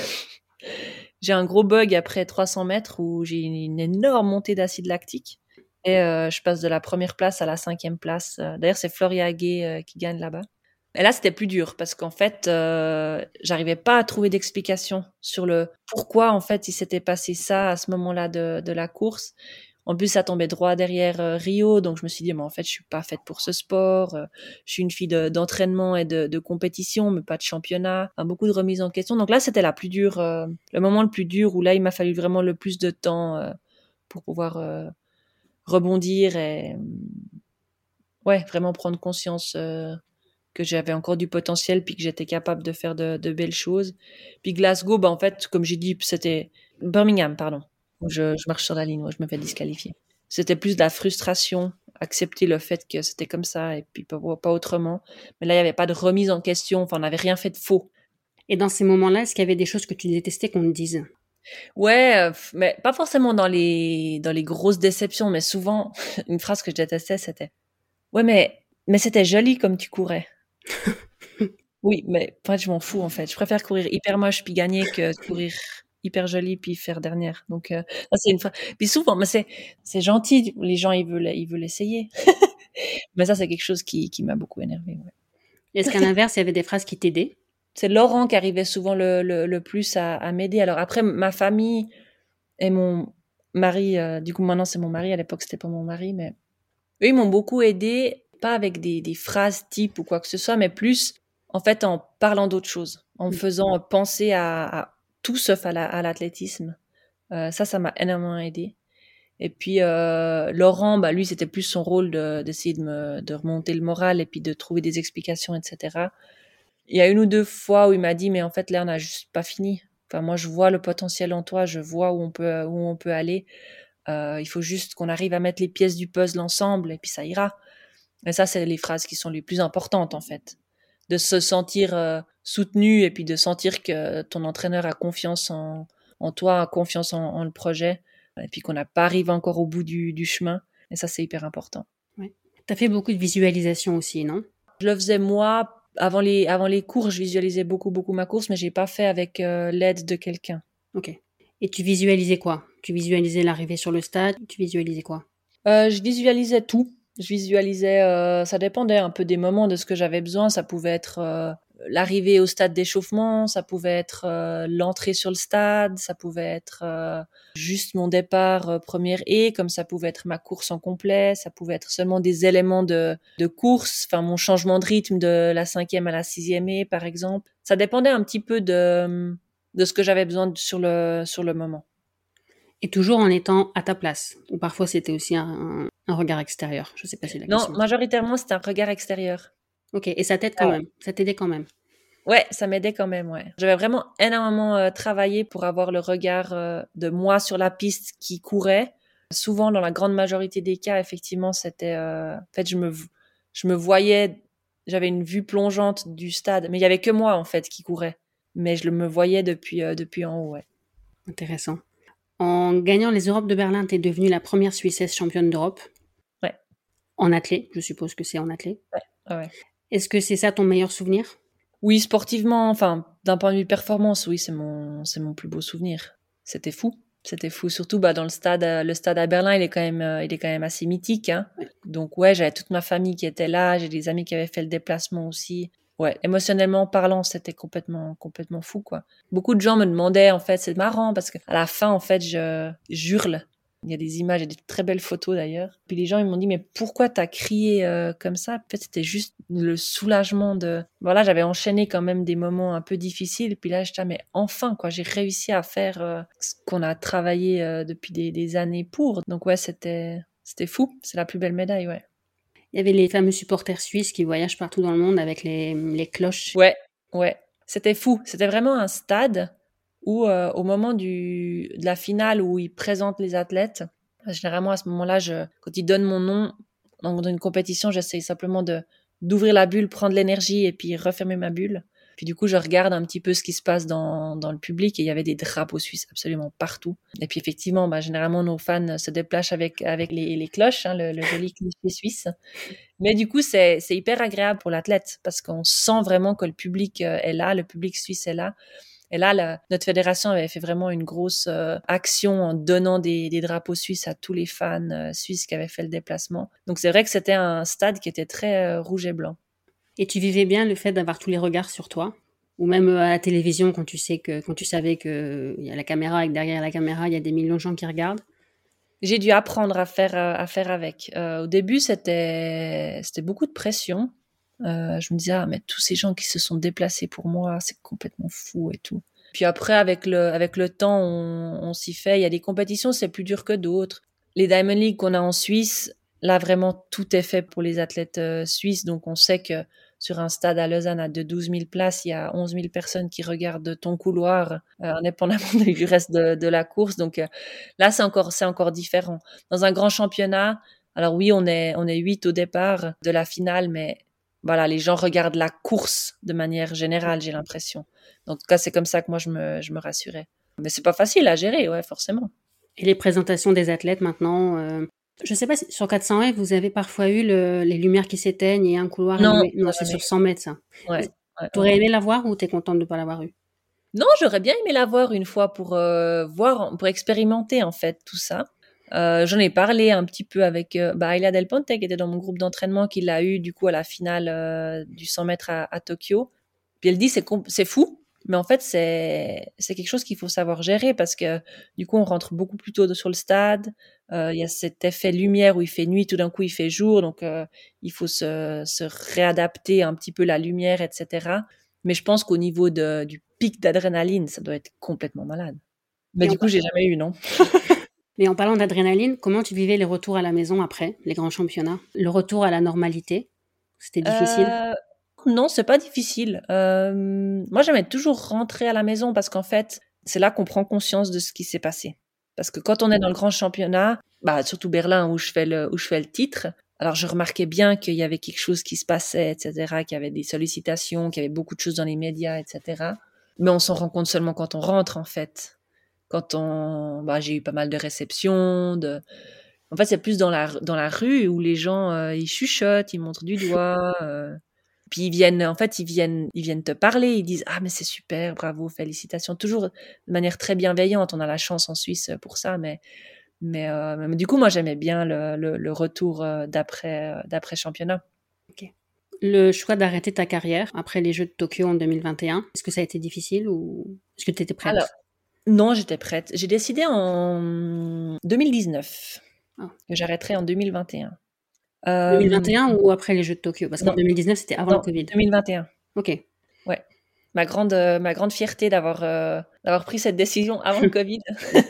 j'ai un gros bug après trois cents mètres où j'ai une, une énorme montée d'acide lactique. Et euh, je passe de la première place à la cinquième place. Euh, D'ailleurs, c'est Floria Gay euh, qui gagne là-bas. Et là, c'était plus dur parce qu'en fait, euh, j'arrivais pas à trouver d'explication sur le pourquoi en fait il s'était passé ça à ce moment-là de, de la course. En plus, ça tombait droit derrière euh, Rio, donc je me suis dit, mais en fait, je suis pas faite pour ce sport. euh, je suis une fille de, d'entraînement et de, de compétition, mais pas de championnat. Enfin, beaucoup de remises en question. Donc là, c'était la plus dure, euh, le moment le plus dur où là, il m'a fallu vraiment le plus de temps euh, pour pouvoir euh, rebondir et ouais, vraiment prendre conscience euh, que j'avais encore du potentiel puis que j'étais capable de faire de, de belles choses. Puis Glasgow, bah en fait, comme j'ai dit, c'était Birmingham, pardon. Où je, je marche sur la ligne, où je me fais disqualifier. C'était plus de la frustration, accepter le fait que c'était comme ça et puis pas, pas autrement. Mais là, il n'y avait pas de remise en question. Enfin, on n'avait rien fait de faux. Et dans ces moments-là, est-ce qu'il y avait des choses que tu détestais qu'on te dise? Ouais, euh, mais pas forcément dans les dans les grosses déceptions, mais souvent une phrase que je détestais, c'était ouais, mais mais c'était joli comme tu courais. Oui, mais en fait, je m'en fous en fait. Je préfère courir hyper moche puis gagner que courir hyper jolie puis faire dernière. Donc euh, ça c'est une phrase. Puis souvent, mais c'est c'est gentil. Les gens ils veulent ils veulent essayer. Mais ça c'est quelque chose qui qui m'a beaucoup énervée. Ouais. Est-ce qu'à l'inverse, il y avait des phrases qui t'aidaient? C'est Laurent qui arrivait souvent le le, le plus à, à m'aider. Alors après ma famille et mon mari, euh, du coup maintenant c'est mon mari. À l'époque c'était pas mon mari, mais eux ils m'ont beaucoup aidé, pas avec des des phrases type ou quoi que ce soit, mais plus en fait en parlant d'autres choses, en me faisant penser à, à tout sauf à la, à l'athlétisme. Euh, ça, ça m'a énormément aidé. Et puis euh, Laurent, bah lui, c'était plus son rôle de, d'essayer de me de remonter le moral et puis de trouver des explications, et cetera. Il y a une ou deux fois où il m'a dit, mais en fait, là, on n'a juste pas fini. Enfin, moi, je vois le potentiel en toi, je vois où on peut où on peut aller. Euh, il faut juste qu'on arrive à mettre les pièces du puzzle ensemble et puis ça ira. Et ça, c'est les phrases qui sont les plus importantes, en fait. De se sentir euh, soutenu et puis de sentir que ton entraîneur a confiance en, en toi, a confiance en, en le projet, et puis qu'on n'a pas arrivé encore au bout du, du chemin. Et ça, c'est hyper important. Ouais. Tu as fait beaucoup de visualisation aussi, non? Je le faisais moi, avant les, avant les cours, je visualisais beaucoup, beaucoup ma course, mais j'ai pas fait avec euh, l'aide de quelqu'un. Ok. Et tu visualisais quoi? Tu visualisais l'arrivée sur le stade? Tu visualisais quoi? Euh, je visualisais tout. Je visualisais, euh, ça dépendait un peu des moments, de ce que j'avais besoin. Ça pouvait être euh, l'arrivée au stade d'échauffement, ça pouvait être euh, l'entrée sur le stade, ça pouvait être euh, juste mon départ euh, première et comme ça pouvait être ma course en complet, ça pouvait être seulement des éléments de, de course, enfin mon changement de rythme de la cinquième à la sixième et par exemple. Ça dépendait un petit peu de, de ce que j'avais besoin sur le, sur le moment. Et toujours en étant à ta place. Ou parfois c'était aussi un, un regard extérieur. Je sais pas si la Non, question. majoritairement, c'était un regard extérieur. Ok. Et ça t'aide quand même. Ça t'aidait quand même. Ouais, ça m'aidait quand même, ouais. J'avais vraiment énormément euh, travaillé pour avoir le regard euh, de moi sur la piste qui courait. Souvent, dans la grande majorité des cas, effectivement, c'était... Euh... En fait, je me, je me voyais... J'avais une vue plongeante du stade, mais il y avait que moi, en fait, qui courait. Mais je le me voyais depuis, euh, depuis en haut, ouais. Intéressant. En gagnant les Europes de Berlin, tu es devenue la première Suissesse championne d'Europe. Ouais. En athlée, je suppose que c'est en athlée. Ouais, ouais. Est-ce que c'est ça ton meilleur souvenir? Oui, sportivement, enfin, d'un point de vue performance, oui, c'est mon, c'est mon plus beau souvenir. C'était fou. C'était fou, surtout bah, dans le stade. euh, Le stade à Berlin, il est quand même, euh, il est quand même assez mythique. Hein. Ouais. Donc ouais, j'avais toute ma famille qui était là, j'ai des amis qui avaient fait le déplacement aussi. Ouais, émotionnellement parlant, c'était complètement, complètement fou, quoi. Beaucoup de gens me demandaient, en fait, c'est marrant parce que à la fin, en fait, je j'hurle. Il y a des images et des très belles photos d'ailleurs. Puis les gens ils m'ont dit mais pourquoi t'as crié euh, comme ça? En fait c'était juste le soulagement de voilà j'avais enchaîné quand même des moments un peu difficiles. Puis là j'étais mais enfin quoi j'ai réussi à faire euh, ce qu'on a travaillé euh, depuis des, des années pour. Donc ouais c'était c'était fou. C'est la plus belle médaille ouais. Il y avait les fameux supporters suisses qui voyagent partout dans le monde avec les, les cloches. Ouais ouais c'était fou. C'était vraiment un stade où euh, au moment du de la finale où ils présentent les athlètes, généralement à ce moment-là, je, quand ils donnent mon nom dans une compétition, j'essaye simplement de d'ouvrir la bulle, prendre l'énergie et puis refermer ma bulle. Puis du coup, je regarde un petit peu ce qui se passe dans dans le public et il y avait des drapeaux suisses absolument partout. Et puis effectivement, bah, généralement nos fans se déplacent avec avec les, les cloches, hein, le, le joli cliché suisse. Mais du coup, c'est c'est hyper agréable pour l'athlète parce qu'on sent vraiment que le public euh, est là, le public suisse est là. Et là, la, notre fédération avait fait vraiment une grosse euh, action en donnant des, des drapeaux suisses à tous les fans euh, suisses qui avaient fait le déplacement. Donc c'est vrai que c'était un stade qui était très euh, rouge et blanc. Et tu vivais bien le fait d'avoir tous les regards sur toi? Ou même à la télévision, quand tu sais que, quand tu savais qu'il y a la caméra et que derrière la caméra, il y a des millions de gens qui regardent? J'ai dû apprendre à faire, euh, à faire avec. Euh, au début, c'était, c'était beaucoup de pression. Euh, je me disais, ah, mais tous ces gens qui se sont déplacés pour moi, c'est complètement fou et tout. Puis après, avec le, avec le temps, on, on s'y fait. Il y a des compétitions, c'est plus dur que d'autres. Les Diamond League qu'on a en Suisse, là, vraiment, tout est fait pour les athlètes euh, suisses. Donc, on sait que sur un stade à Lausanne à de douze mille places, il y a onze mille personnes qui regardent ton couloir, euh, indépendamment du reste de, de la course. Donc, euh, là, c'est encore, c'est encore différent. Dans un grand championnat, alors oui, on est, on est huit au départ de la finale, mais voilà, les gens regardent la course de manière générale, j'ai l'impression. En tout cas, c'est comme ça que moi, je me, je me rassurais. Mais c'est pas facile à gérer, ouais, forcément. Et les présentations des athlètes maintenant, euh, je sais pas si sur quatre cents mètres, vous avez parfois eu le, les lumières qui s'éteignent et un couloir Non, allumé. Non, c'est jamais. sur cent mètres, ça. Ouais, ouais, T'aurais ouais. aimé la voir ou t'es contente de pas l'avoir eu? Non, j'aurais bien aimé la voir une fois pour euh, voir, pour expérimenter en fait tout ça. Euh, j'en ai parlé un petit peu avec euh, bah, Ayla Del Ponte qui était dans mon groupe d'entraînement, qui l'a eu du coup à la finale euh, du cent mètres à, à Tokyo. Puis elle dit c'est com- c'est fou, mais en fait c'est c'est quelque chose qu'il faut savoir gérer parce que du coup on rentre beaucoup plus tôt de- sur le stade. Euh, Il y a cet effet lumière où il fait nuit, tout d'un coup il fait jour, donc euh, il faut se, se réadapter un petit peu la lumière, et cetera. Mais je pense qu'au niveau de, du pic d'adrénaline, ça doit être complètement malade. Mais Et en, du coup, par- j'ai jamais eu, non. mais en parlant d'adrénaline, comment tu vivais les retours à la maison après les grands championnats? Le retour à la normalité, c'était difficile? Euh, non, c'est pas difficile. Euh, moi, j'aimais toujours rentrer à la maison parce qu'en fait, c'est là qu'on prend conscience de ce qui s'est passé. Parce que quand on est dans le grand championnat, bah, surtout Berlin où je fais le, où je fais le titre, alors je remarquais bien qu'il y avait quelque chose qui se passait, et cetera, qu'il y avait des sollicitations, qu'il y avait beaucoup de choses dans les médias, et cetera. Mais on s'en rend compte seulement quand on rentre, en fait. Quand on, bah, j'ai eu pas mal de réceptions, de, en fait, c'est plus dans la, dans la rue où les gens, euh, ils chuchotent, ils montrent du doigt, euh, puis ils viennent, en fait, ils viennent, ils viennent te parler, ils disent ah mais c'est super, bravo, félicitations, toujours de manière très bienveillante. On a la chance en Suisse pour ça, mais mais, euh, mais du coup, moi j'aimais bien le, le, le retour euh, d'après euh, d'après championnat. Ok. Le choix d'arrêter ta carrière après les Jeux de Tokyo en deux mille vingt et un, est-ce que ça a été difficile ou est-ce que tu étais Alors prête? non, j'étais prête. J'ai décidé en deux mille dix-neuf Ah. que j'arrêterais en deux mille vingt et un. Euh, deux mille vingt et un ou après les Jeux de Tokyo? Parce qu'en non, deux mille dix-neuf, c'était avant le non, Covid. deux mille vingt et un. Ok. Ouais. Ma grande, euh, ma grande fierté d'avoir euh, d'avoir pris cette décision avant le Covid.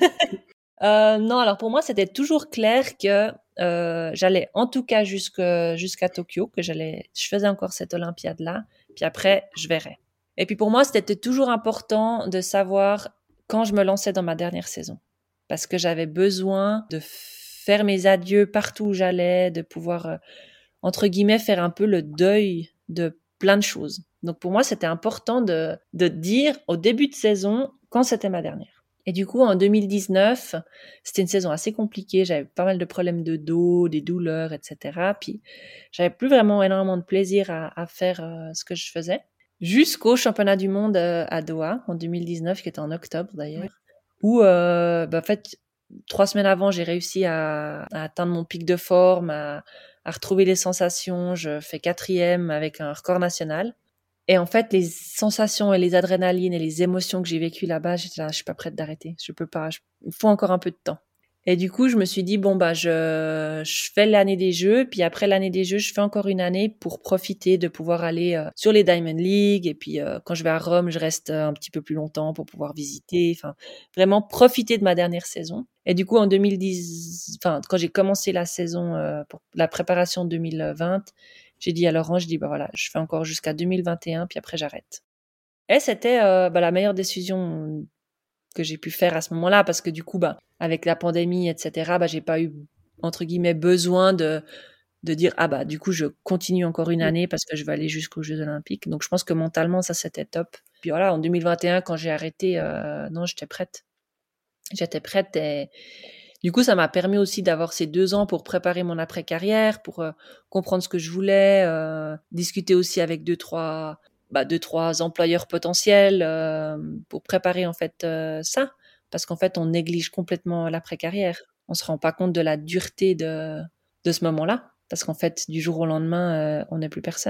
Euh, non, alors pour moi, c'était toujours clair que euh, j'allais en tout cas jusque, jusqu'à Tokyo, que j'allais, je faisais encore cette Olympiade-là, puis après, je verrais. Et puis pour moi, c'était toujours important de savoir quand je me lançais dans ma dernière saison, parce que j'avais besoin de faire mes adieux partout où j'allais, de pouvoir, euh, entre guillemets, faire un peu le deuil de plein de choses. Donc pour moi, c'était important de, de dire au début de saison quand c'était ma dernière. Et du coup, en deux mille dix-neuf, c'était une saison assez compliquée. J'avais pas mal de problèmes de dos, des douleurs, et cetera. Puis, j'avais plus vraiment énormément de plaisir à, à faire euh, ce que je faisais. Jusqu'au championnat du monde euh, à Doha, en deux mille dix-neuf, qui était en octobre Ouais. d'ailleurs, où, euh, bah, en fait, trois semaines avant, j'ai réussi à, à atteindre mon pic de forme, à, à retrouver les sensations. Je fais quatrième avec un record national. Et en fait, les sensations et les adrénalines et les émotions que j'ai vécues là-bas, j'étais là, je suis pas prête d'arrêter. Je peux pas. Je- il faut encore un peu de temps. Et du coup, je me suis dit bon bah je je fais l'année des Jeux, puis après l'année des Jeux, je fais encore une année pour profiter de pouvoir aller euh, sur les Diamond League. Et puis euh, quand je vais à Rome, je reste euh, un petit peu plus longtemps pour pouvoir visiter. Enfin, vraiment profiter de ma dernière saison. Et du coup, en deux mille dix, enfin quand j'ai commencé la saison euh, pour la préparation deux mille vingt, j'ai dit à Laurent, je dis bah voilà, je fais encore jusqu'à deux mille vingt et un, puis après j'arrête. Et c'était euh, bah, la meilleure décision que j'ai pu faire à ce moment-là, parce que du coup, bah, avec la pandémie, et cetera, bah, j'ai pas eu, entre guillemets, besoin de, de dire, ah bah, du coup, je continue encore une Mm. année parce que je vais aller jusqu'aux Jeux Olympiques. Donc, je pense que mentalement, ça, c'était top. Puis voilà, en deux mille vingt et un, quand j'ai arrêté, euh, non, j'étais prête. J'étais prête et du coup, ça m'a permis aussi d'avoir ces deux ans pour préparer mon après-carrière, pour euh, comprendre ce que je voulais, euh, discuter aussi avec deux, trois, bah, deux, trois employeurs potentiels euh, pour préparer en fait euh, ça. Parce qu'en fait, on néglige complètement l'après-carrière. On se rend pas compte de la dureté de, de ce moment-là. Parce qu'en fait, du jour au lendemain, euh, on n'est plus personne.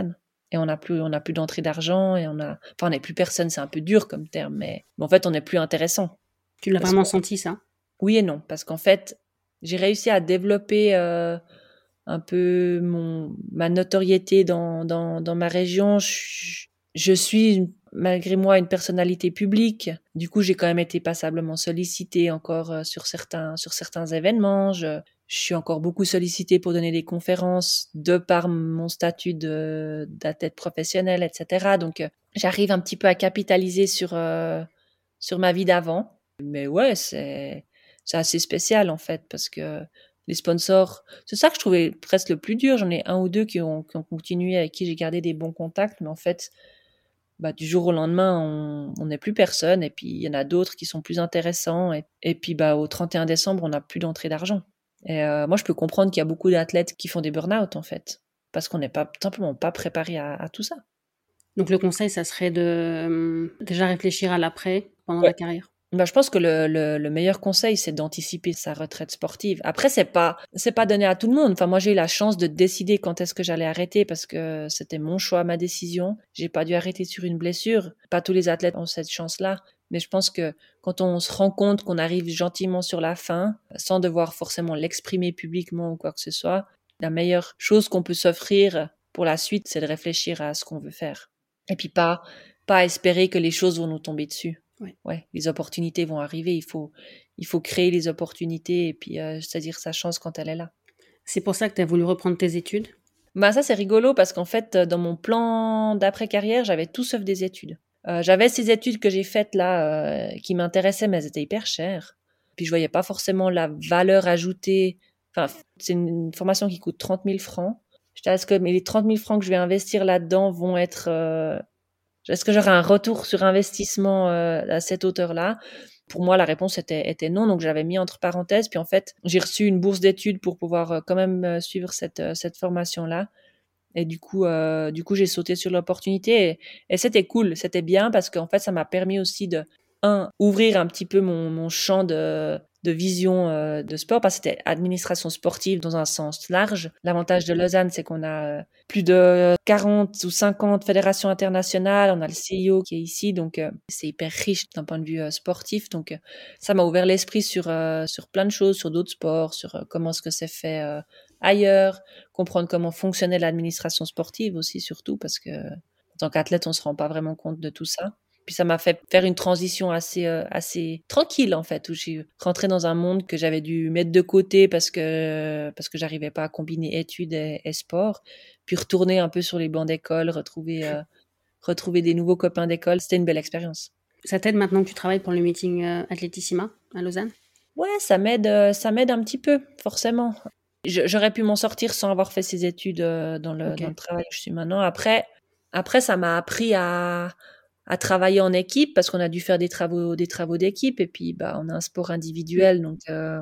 et on n'a plus, on n'a plus d'entrée d'argent et on a, enfin, on n'est plus personne. C'est un peu dur comme terme, mais, mais en fait, on n'est plus intéressant. Tu l'as Parce vraiment que- senti, ça? Oui et non, parce qu'en fait, j'ai réussi à développer euh, un peu mon, ma notoriété dans, dans, dans ma région. Je, je suis, une- malgré moi, une personnalité publique. Du coup, j'ai quand même été passablement sollicitée encore euh, sur certains, sur certains événements. Je, je suis encore beaucoup sollicitée pour donner des conférences de par mon statut de, d'athlète professionnel, et cetera. Donc, euh, j'arrive un petit peu à capitaliser sur, euh, sur ma vie d'avant. Mais ouais, c'est, c'est assez spécial en fait parce que les sponsors, c'est ça que je trouvais presque le plus dur. J'en ai un ou deux qui ont, qui ont continué, avec qui j'ai gardé des bons contacts, mais en fait, bah, du jour au lendemain, on on n'est plus personne. Et puis, il y en a d'autres qui sont plus intéressants. Et, et puis, bah, au trente et un décembre, on n'a plus d'entrée d'argent. Et euh, moi, je peux comprendre qu'il y a beaucoup d'athlètes qui font des burn-out, en fait, parce qu'on n'est pas tout simplement pas préparé à, à tout ça. Donc le conseil, ça serait de euh, déjà réfléchir à l'après pendant Ouais. la carrière. Bah, je pense que le, le, le meilleur conseil, c'est d'anticiper sa retraite sportive. Après, c'est pas, c'est pas donné à tout le monde. Enfin, moi, j'ai eu la chance de décider quand est-ce que j'allais arrêter parce que c'était mon choix, ma décision. J'ai pas dû arrêter sur une blessure. Pas tous les athlètes ont cette chance-là. Mais je pense que quand on se rend compte qu'on arrive gentiment sur la fin, sans devoir forcément l'exprimer publiquement ou quoi que ce soit, la meilleure chose qu'on peut s'offrir pour la suite, c'est de réfléchir à ce qu'on veut faire. Et puis pas, pas espérer que les choses vont nous tomber dessus. Ouais. Ouais, les opportunités vont arriver. Il faut, il faut créer les opportunités et puis euh, c'est-à-dire sa chance quand elle est là. C'est pour ça que tu as voulu reprendre tes études? Bah ça c'est rigolo parce qu'en fait dans mon plan d'après carrière j'avais tout sauf des études. Euh, j'avais ces études que j'ai faites là euh, qui m'intéressaient mais elles étaient hyper chères. Puis je voyais pas forcément la valeur ajoutée. Enfin c'est une, une formation qui coûte trente mille francs. J'étais est-ce que mais les trente mille francs que je vais investir là-dedans vont être euh, est-ce que j'aurai un retour sur investissement euh, à cette hauteur-là? Pour moi, la réponse était, était non, donc j'avais mis entre parenthèses. Puis en fait, j'ai reçu une bourse d'études pour pouvoir euh, quand même euh, suivre cette, euh, cette formation-là. Et du coup, euh, du coup, j'ai sauté sur l'opportunité et, et c'était cool, c'était bien parce qu'en fait, ça m'a permis aussi de un ouvrir un petit peu mon, mon champ de de vision euh, de sport parce que c'était administration sportive dans un sens large. L'avantage de Lausanne, c'est qu'on a euh, plus de quarante ou cinquante fédérations internationales. On a le C I O qui est ici, donc euh, c'est hyper riche d'un point de vue euh, sportif. Donc euh, ça m'a ouvert l'esprit sur euh, sur plein de choses, sur d'autres sports, sur euh, comment est-ce que c'est fait euh, ailleurs, comprendre comment fonctionnait l'administration sportive aussi surtout parce que en tant qu'athlète, on se rend pas vraiment compte de tout ça. Puis ça m'a fait faire une transition assez euh, assez tranquille en fait où j'ai rentré dans un monde que j'avais dû mettre de côté parce que parce que j'arrivais pas à combiner études et, et sport, puis retourner un peu sur les bancs d'école, retrouver euh, retrouver des nouveaux copains d'école, c'était une belle expérience. Ça t'aide maintenant que tu travailles pour le meeting euh, Athletissima à Lausanne? Ouais, ça m'aide euh, ça m'aide un petit peu forcément. Je, j'aurais pu m'en sortir sans avoir fait ces études euh, dans le Ok. dans le travail où je suis maintenant. Après après ça m'a appris à à travailler en équipe parce qu'on a dû faire des travaux des travaux d'équipe et puis bah on a un sport individuel donc euh,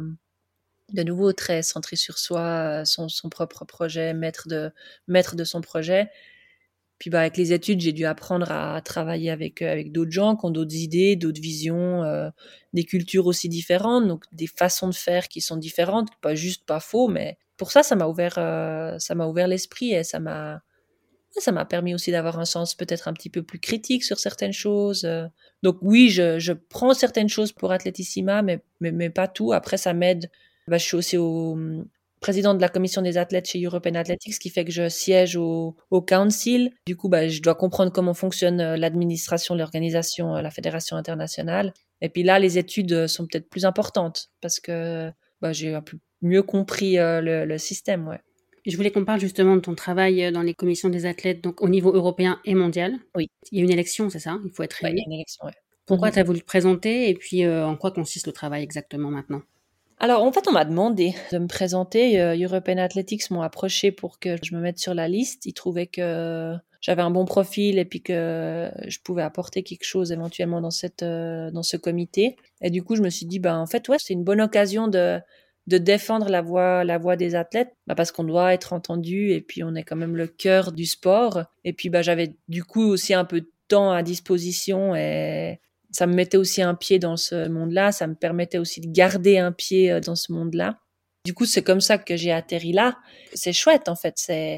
de nouveau très centré sur soi, son son propre projet, maître de maître de son projet. Puis bah avec les études, j'ai dû apprendre à travailler avec euh, avec d'autres gens qui ont d'autres idées, d'autres visions, euh, des cultures aussi différentes, donc des façons de faire qui sont différentes, pas juste pas faux, mais pour ça ça m'a ouvert euh, ça m'a ouvert l'esprit et ça m'a ça m'a permis aussi d'avoir un sens peut-être un petit peu plus critique sur certaines choses. euh. Donc oui, je, je prends certaines choses pour Athletissima, mais, mais, mais pas tout. Après, ça m'aide. Bah, je suis aussi au hum, président de la commission des athlètes chez European Athletics, ce qui fait que je siège au, au council. Du coup, bah, je dois comprendre comment fonctionne euh, l'administration, l'organisation, euh, la fédération internationale. Et puis là, les études euh, sont peut-être plus importantes parce que bah, j'ai un peu mieux compris euh, le, le système, ouais. Je voulais qu'on parle justement de ton travail euh, dans les commissions des athlètes, donc au niveau européen et mondial. Oui. Il y a une élection, c'est ça? Il faut être Ouais, il y élu. a une élection, ouais. Pourquoi Mhm. tu as voulu te présenter et puis euh, en quoi consiste le travail exactement maintenant? Alors, en fait, on m'a demandé de me présenter. Euh, European Athletics m'ont approché pour que je me mette sur la liste. Ils trouvaient que j'avais un bon profil et puis que je pouvais apporter quelque chose éventuellement dans cette euh, dans ce comité. Et du coup, je me suis dit, ben en fait, ouais, c'est une bonne occasion de de défendre la voix la voix des athlètes, bah, parce qu'on doit être entendu et puis on est quand même le cœur du sport. Et puis, bah, j'avais du coup aussi un peu de temps à disposition et ça me mettait aussi un pied dans ce monde-là, ça me permettait aussi de garder un pied dans ce monde-là. Du coup, c'est comme ça que j'ai atterri là. C'est chouette, en fait. C'est,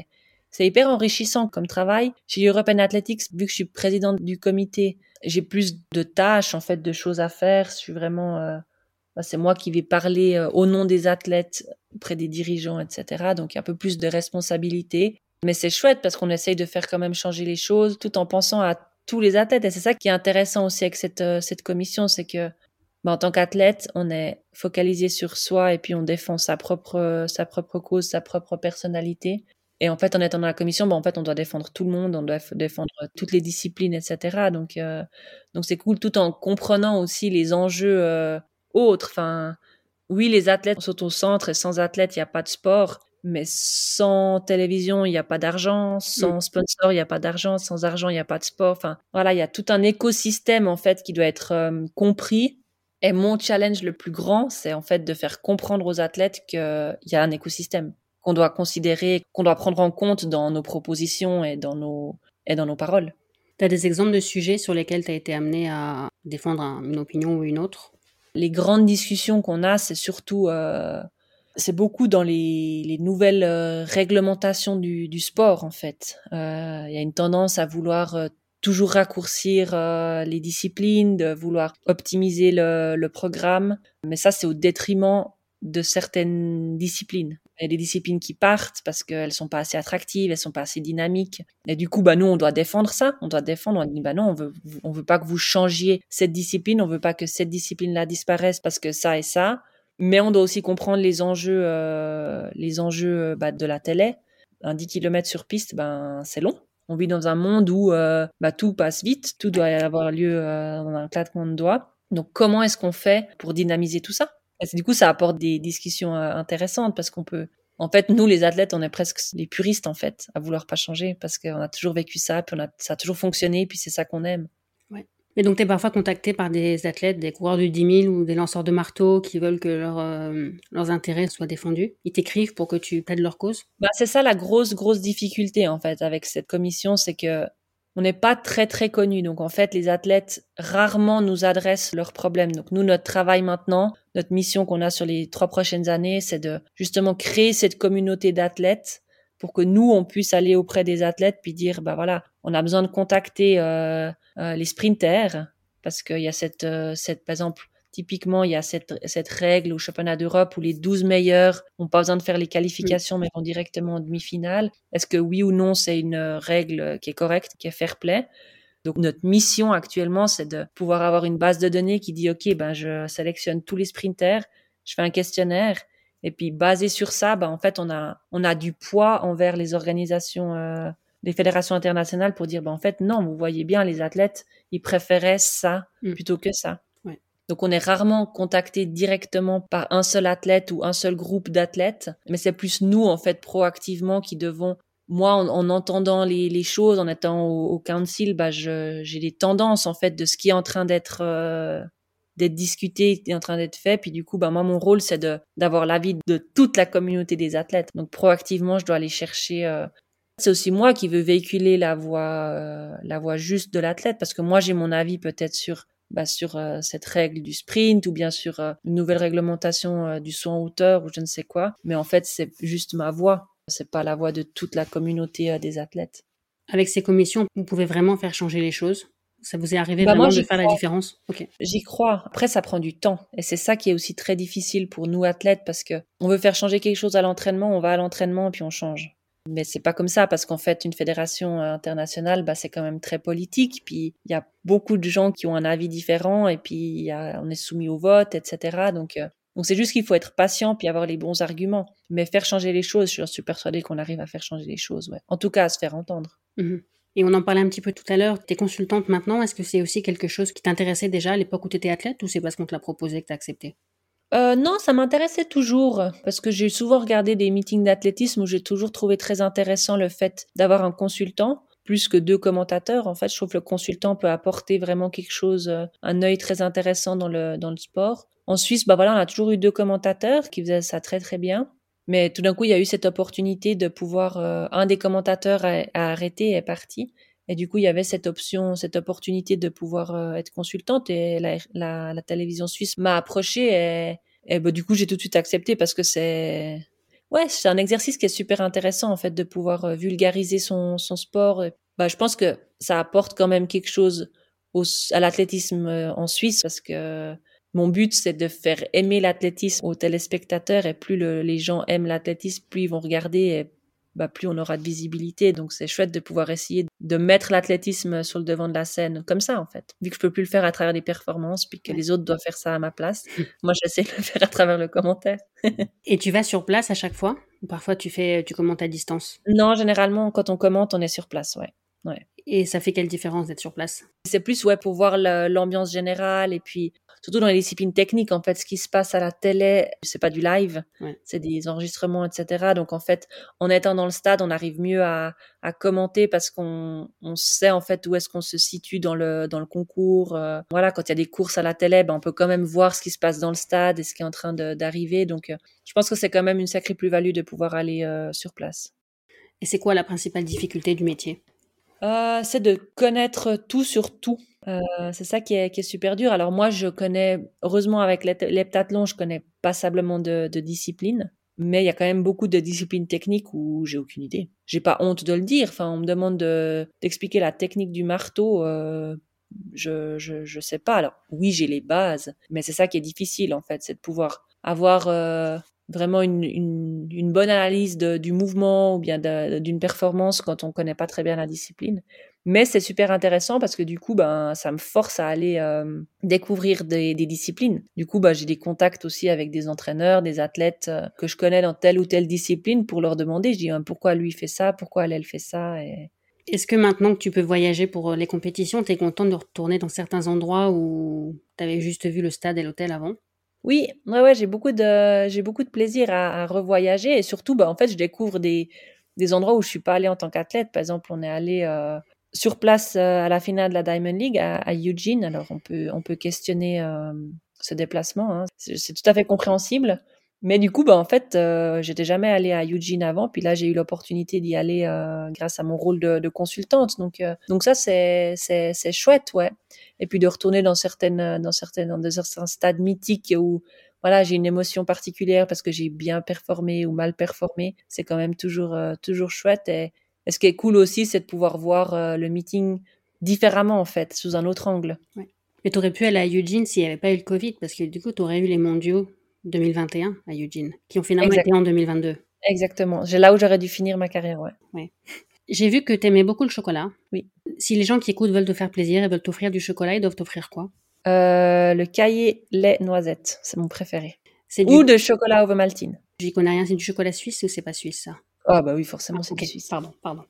c'est hyper enrichissant comme travail. Chez European Athletics, vu que je suis présidente du comité, j'ai plus de tâches, en fait, de choses à faire. Je suis vraiment, euh, bah, c'est moi qui vais parler euh, au nom des athlètes auprès des dirigeants, et cetera. Donc, il y a un peu plus de responsabilités. Mais c'est chouette parce qu'on essaye de faire quand même changer les choses tout en pensant à tous les athlètes. Et c'est ça qui est intéressant aussi avec cette, euh, cette commission, c'est que bah, en tant qu'athlète, on est focalisé sur soi et puis on défend sa propre, sa propre cause, sa propre personnalité. Et en fait, en étant dans la commission, bah, en fait, on doit défendre tout le monde, on doit f- défendre toutes les disciplines, et cetera. Donc, euh, donc c'est cool tout en comprenant aussi les enjeux euh, autres. Enfin, oui, les athlètes sont au centre et sans athlètes, il n'y a pas de sport. Mais sans télévision, il n'y a pas d'argent. Mm. Sans sponsor, il n'y a pas d'argent. Sans argent, il n'y a pas de sport. Enfin, voilà, il y a tout un écosystème, en fait, qui doit être euh, compris. Et mon challenge le plus grand, c'est en fait de faire comprendre aux athlètes qu'il y a un écosystème qu'on doit considérer, qu'on doit prendre en compte dans nos propositions et dans nos, et dans nos paroles. Tu as des exemples de sujets sur lesquels tu as été amené à défendre un- une opinion ou une autre? Les grandes discussions qu'on a, c'est surtout, euh, c'est beaucoup dans les, les nouvelles euh, réglementations du, du sport, en fait. Euh, Il y a une tendance à vouloir euh, toujours raccourcir euh, les disciplines, de vouloir optimiser le, le programme. Mais ça, c'est au détriment de certaines disciplines. Il y a des disciplines qui partent parce qu'elles sont pas assez attractives, elles sont pas assez dynamiques. Et du coup, bah, nous, on doit défendre ça. On doit défendre, on dit, bah non, on veut, on veut pas que vous changiez cette discipline, on veut pas que cette discipline-là disparaisse parce que ça et ça. Mais on doit aussi comprendre les enjeux, euh, les enjeux, bah, de la télé. Un dix kilomètres sur piste, ben, c'est long. On vit dans un monde où, euh, bah, tout passe vite, tout doit avoir lieu, euh, dans un claquement de doigts. Donc, comment est-ce qu'on fait pour dynamiser tout ça? Et c'est- du coup, ça apporte des discussions euh, intéressantes parce qu'on peut, en fait, nous, les athlètes, on est presque les puristes, en fait, à vouloir pas changer parce qu'on a toujours vécu ça, puis on a, ça a toujours fonctionné, puis c'est ça qu'on aime. Ouais. Et donc, tu es parfois contacté par des athlètes, des coureurs du dix mille ou des lanceurs de marteau qui veulent que leur, euh, leurs intérêts soient défendus. Ils t'écrivent pour que tu plaides leur cause? Bah, c'est ça la grosse, grosse difficulté, en fait, avec cette commission, c'est que on n'est pas très, très connus. Donc, en fait, les athlètes rarement nous adressent leurs problèmes. Donc, nous, notre travail maintenant, notre mission qu'on a sur les trois prochaines années, c'est de justement créer cette communauté d'athlètes pour que nous, on puisse aller auprès des athlètes puis dire, bah voilà, on a besoin de contacter euh, euh, les sprinters parce qu'il y a cette, euh, cette, par exemple, typiquement, il y a cette, cette règle au championnat d'Europe où les douze meilleurs n'ont pas besoin de faire les qualifications, mais vont directement en demi-finale. Est-ce que oui ou non, c'est une règle qui est correcte, qui est fair play? Donc, notre mission actuellement, c'est de pouvoir avoir une base de données qui dit, OK, ben, je sélectionne tous les sprinters, je fais un questionnaire, et puis, basé sur ça, ben, en fait, on a, on a du poids envers les organisations, euh, les fédérations internationales pour dire, ben, en fait, non, vous voyez bien, les athlètes, ils préféraient ça Mm. plutôt que ça. Ouais. Donc, on est rarement contacté directement par un seul athlète ou un seul groupe d'athlètes, mais c'est plus nous, en fait, proactivement, qui devons, moi, en, en entendant les, les choses, en étant au, au council, bah, je, j'ai des tendances, en fait, de ce qui est en train d'être, euh, d'être discuté, et en train d'être fait. Puis, du coup, bah, moi, mon rôle, c'est de, d'avoir l'avis de toute la communauté des athlètes. Donc, proactivement, je dois aller chercher, euh, c'est aussi moi qui veux véhiculer la voix, euh, la voix juste de l'athlète, parce que moi, j'ai mon avis peut-être sur bah, sur euh, cette règle du sprint ou bien sur euh, une nouvelle réglementation euh, du saut en hauteur ou je ne sais quoi. Mais en fait, c'est juste ma voix. C'est pas la voix de toute la communauté euh, des athlètes. Avec ces commissions, vous pouvez vraiment faire changer les choses? Ça vous est arrivé Bah moi, vraiment de j'y faire la crois. différence? Ok. J'y crois. Après, ça prend du temps. Et c'est ça qui est aussi très difficile pour nous athlètes parce que on veut faire changer quelque chose à l'entraînement, on va à l'entraînement et puis on change. Mais c'est pas comme ça parce qu'en fait, une fédération euh, internationale, bah, c'est quand même très politique. Puis il y a beaucoup de gens qui ont un avis différent et puis il y a, on est soumis au vote, et cetera. Donc, euh, donc c'est juste qu'il faut être patient puis avoir les bons arguments. Mais faire changer les choses, je suis persuadée qu'on arrive à faire changer les choses. Ouais. En tout cas, à se faire entendre. Mhm. Et on en parlait un petit peu tout à l'heure, tu es consultante maintenant, est-ce que c'est aussi quelque chose qui t'intéressait déjà à l'époque où tu étais athlète ou c'est parce qu'on te l'a proposé que tu as accepté? Euh, non, ça m'intéressait toujours parce que j'ai souvent regardé des meetings d'athlétisme où j'ai toujours trouvé très intéressant le fait d'avoir un consultant plus que deux commentateurs. En fait, je trouve que le consultant peut apporter vraiment quelque chose, euh, un œil très intéressant dans le dans le sport. En Suisse, bah voilà, on a toujours eu deux commentateurs qui faisaient ça très très bien. Mais tout d'un coup, il y a eu cette opportunité de pouvoir, euh, un des commentateurs a, a arrêté et est parti. Et du coup, il y avait cette option, cette opportunité de pouvoir euh, être consultante et la, la, la télévision suisse m'a approchée et, et bah, du coup, j'ai tout de suite accepté parce que c'est, Ouais, c'est un exercice qui est super intéressant en fait de pouvoir euh, vulgariser son son sport. Et, bah, je pense que ça apporte quand même quelque chose au, à l'athlétisme euh, en Suisse parce que mon but c'est de faire aimer l'athlétisme aux téléspectateurs et plus le, les gens aiment l'athlétisme, plus ils vont regarder et bah plus on aura de visibilité. Donc c'est chouette de pouvoir essayer de mettre l'athlétisme sur le devant de la scène comme ça en fait. Vu que je peux plus le faire à travers des performances puis que ouais. les autres doivent faire ça à ma place, moi j'essaie de le faire à travers le commentaire. Et tu vas sur place à chaque fois ou parfois tu fais tu commentes à distance? Non, généralement quand on commente, on est sur place, ouais. Ouais. Et ça fait quelle différence d'être sur place? C'est plus ouais pour voir le, l'ambiance générale et puis surtout dans les disciplines techniques en fait ce qui se passe à la télé c'est pas du live, ouais. c'est des enregistrements et cetera. Donc en fait en étant dans le stade on arrive mieux à, à commenter parce qu'on on sait en fait où est-ce qu'on se situe dans le dans le concours. Euh, voilà quand il y a des courses à la télé ben on peut quand même voir ce qui se passe dans le stade et ce qui est en train de, d'arriver. Donc euh, je pense que c'est quand même une sacrée plus-value de pouvoir aller euh, sur place. Et c'est quoi la principale difficulté du métier? Euh, c'est de connaître tout sur tout. Euh, c'est ça qui est, qui est super dur. Alors moi, je connais, heureusement avec l'heptathlon, je connais passablement de, de disciplines, mais il y a quand même beaucoup de disciplines techniques où j'ai aucune idée. J'ai pas honte de le dire. Enfin, on me demande de, d'expliquer la technique du marteau. Euh, je, je, je sais pas. Alors oui, j'ai les bases, mais c'est ça qui est difficile en fait, c'est de pouvoir avoir euh, vraiment une, une, une bonne analyse de, du mouvement ou bien de, d'une performance quand on connaît pas très bien la discipline. Mais c'est super intéressant parce que du coup, ben, ça me force à aller euh, découvrir des, des disciplines. Du coup, ben, j'ai des contacts aussi avec des entraîneurs, des athlètes euh, que je connais dans telle ou telle discipline pour leur demander. Je dis hein, pourquoi lui fait ça, pourquoi elle, elle fait ça. Et... Est-ce que maintenant que tu peux voyager pour les compétitions, tu es contente de retourner dans certains endroits où tu avais juste vu le stade et l'hôtel avant? Oui, ouais, ouais, j'ai beaucoup de, j'ai beaucoup de plaisir à, à revoyager et surtout, bah, en fait, je découvre des, des endroits où je suis pas allée en tant qu'athlète. Par exemple, on est allé euh, sur place euh, à la finale de la Diamond League à, à Eugene. Alors, on peut, on peut questionner euh, ce déplacement. Hein. C'est, c'est tout à fait compréhensible. Mais du coup, bah, en fait, euh, j'étais jamais allée à Eugene avant. Puis là, j'ai eu l'opportunité d'y aller euh, grâce à mon rôle de, de consultante. Donc, euh, donc ça, c'est, c'est, c'est chouette, ouais. Et puis de retourner dans certaines, dans certaines, dans certains stades mythiques où, voilà, j'ai une émotion particulière parce que j'ai bien performé ou mal performé. C'est quand même toujours, euh, toujours chouette. Et, et ce qui est cool aussi, c'est de pouvoir voir euh, le meeting différemment, en fait, sous un autre angle. Ouais. Mais t'aurais pu aller à Eugene s'il n'y avait pas eu le Covid parce que du coup, t'aurais eu les mondiaux deux mille vingt et un à Eugene, qui ont finalement exact. été en deux mille vingt-deux. Exactement. C'est là où j'aurais dû finir ma carrière, ouais. Ouais. J'ai vu que t'aimais beaucoup le chocolat. Oui. Si les gens qui écoutent veulent te faire plaisir et veulent t'offrir du chocolat, ils doivent t'offrir quoi? euh, Le caillé lait noisette, c'est mon préféré. C'est ou du... de chocolat Ovomaltine. J'y connais rien, c'est du chocolat suisse ou c'est pas suisse ça? Ah bah oui, forcément, ah, c'est okay. du suisse. Pardon, pardon.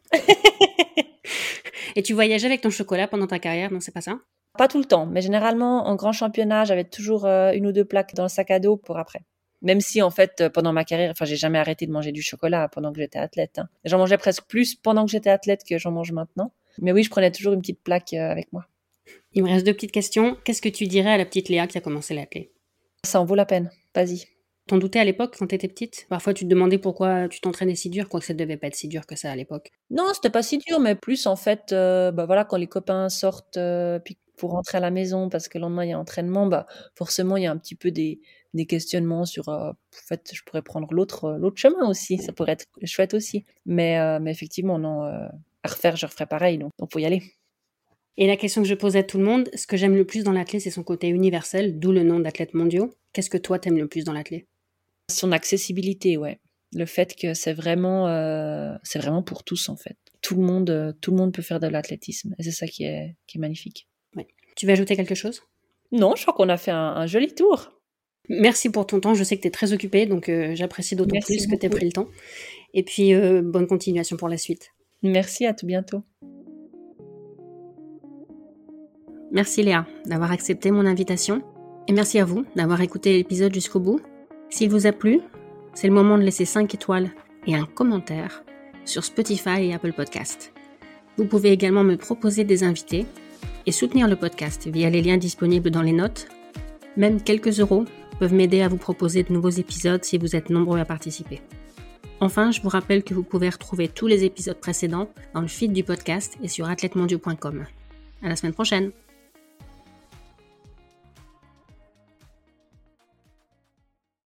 Et tu voyageais avec ton chocolat pendant ta carrière, non, c'est pas ça? Pas tout le temps, mais généralement, en grand championnat, j'avais toujours euh, une ou deux plaques dans le sac à dos pour après. Même si, en fait, pendant ma carrière, enfin, j'ai jamais arrêté de manger du chocolat pendant que j'étais athlète. Hein. J'en mangeais presque plus pendant que j'étais athlète que j'en mange maintenant. Mais oui, je prenais toujours une petite plaque euh, avec moi. Il me reste deux petites questions. Qu'est-ce que tu dirais à la petite Léa qui a commencé l'athlé? Ça en vaut la peine. Vas-y. T'en doutais à l'époque quand t'étais petite? Parfois, tu te demandais pourquoi tu t'entraînais si dur, quoique ça devait pas être si dur que ça à l'époque. Non, c'était pas si dur, mais plus, en fait, euh, bah voilà, quand les copains sortent, euh, puis pour rentrer à la maison parce que le lendemain, il y a entraînement, bah, forcément, il y a un petit peu des, des questionnements sur, euh, en fait, je pourrais prendre l'autre, euh, l'autre chemin aussi. Ça pourrait être chouette aussi. Mais, euh, mais effectivement, non, euh, à refaire, je referais pareil. Donc, donc, faut y aller. Et la question que je pose à tout le monde, ce que j'aime le plus dans l'athlète, c'est son côté universel, d'où le nom d'athlète mondiaux. Qu'est-ce que toi, t'aimes le plus dans l'athlète? Son accessibilité, ouais. Le fait que c'est vraiment, euh, c'est vraiment pour tous, en fait. Tout le monde, euh, tout le monde peut faire de l'athlétisme. Et c'est ça qui est, qui est magnifique. Ouais. Tu veux ajouter quelque chose? Non, je crois qu'on a fait un, un joli tour. Merci pour ton temps. Je sais que tu es très occupée, donc euh, j'apprécie d'autant Merci plus beaucoup. que tu aies pris le temps. Et puis, euh, bonne continuation pour la suite. Merci, à tout bientôt. Merci Léa d'avoir accepté mon invitation. Et merci à vous d'avoir écouté l'épisode jusqu'au bout. S'il vous a plu, c'est le moment de laisser cinq étoiles et un commentaire sur Spotify et Apple Podcast. Vous pouvez également me proposer des invités et soutenir le podcast via les liens disponibles dans les notes. Même quelques euros peuvent m'aider à vous proposer de nouveaux épisodes si vous êtes nombreux à participer. Enfin, je vous rappelle que vous pouvez retrouver tous les épisodes précédents dans le feed du podcast et sur athlète mondiaux point com. À la semaine prochaine!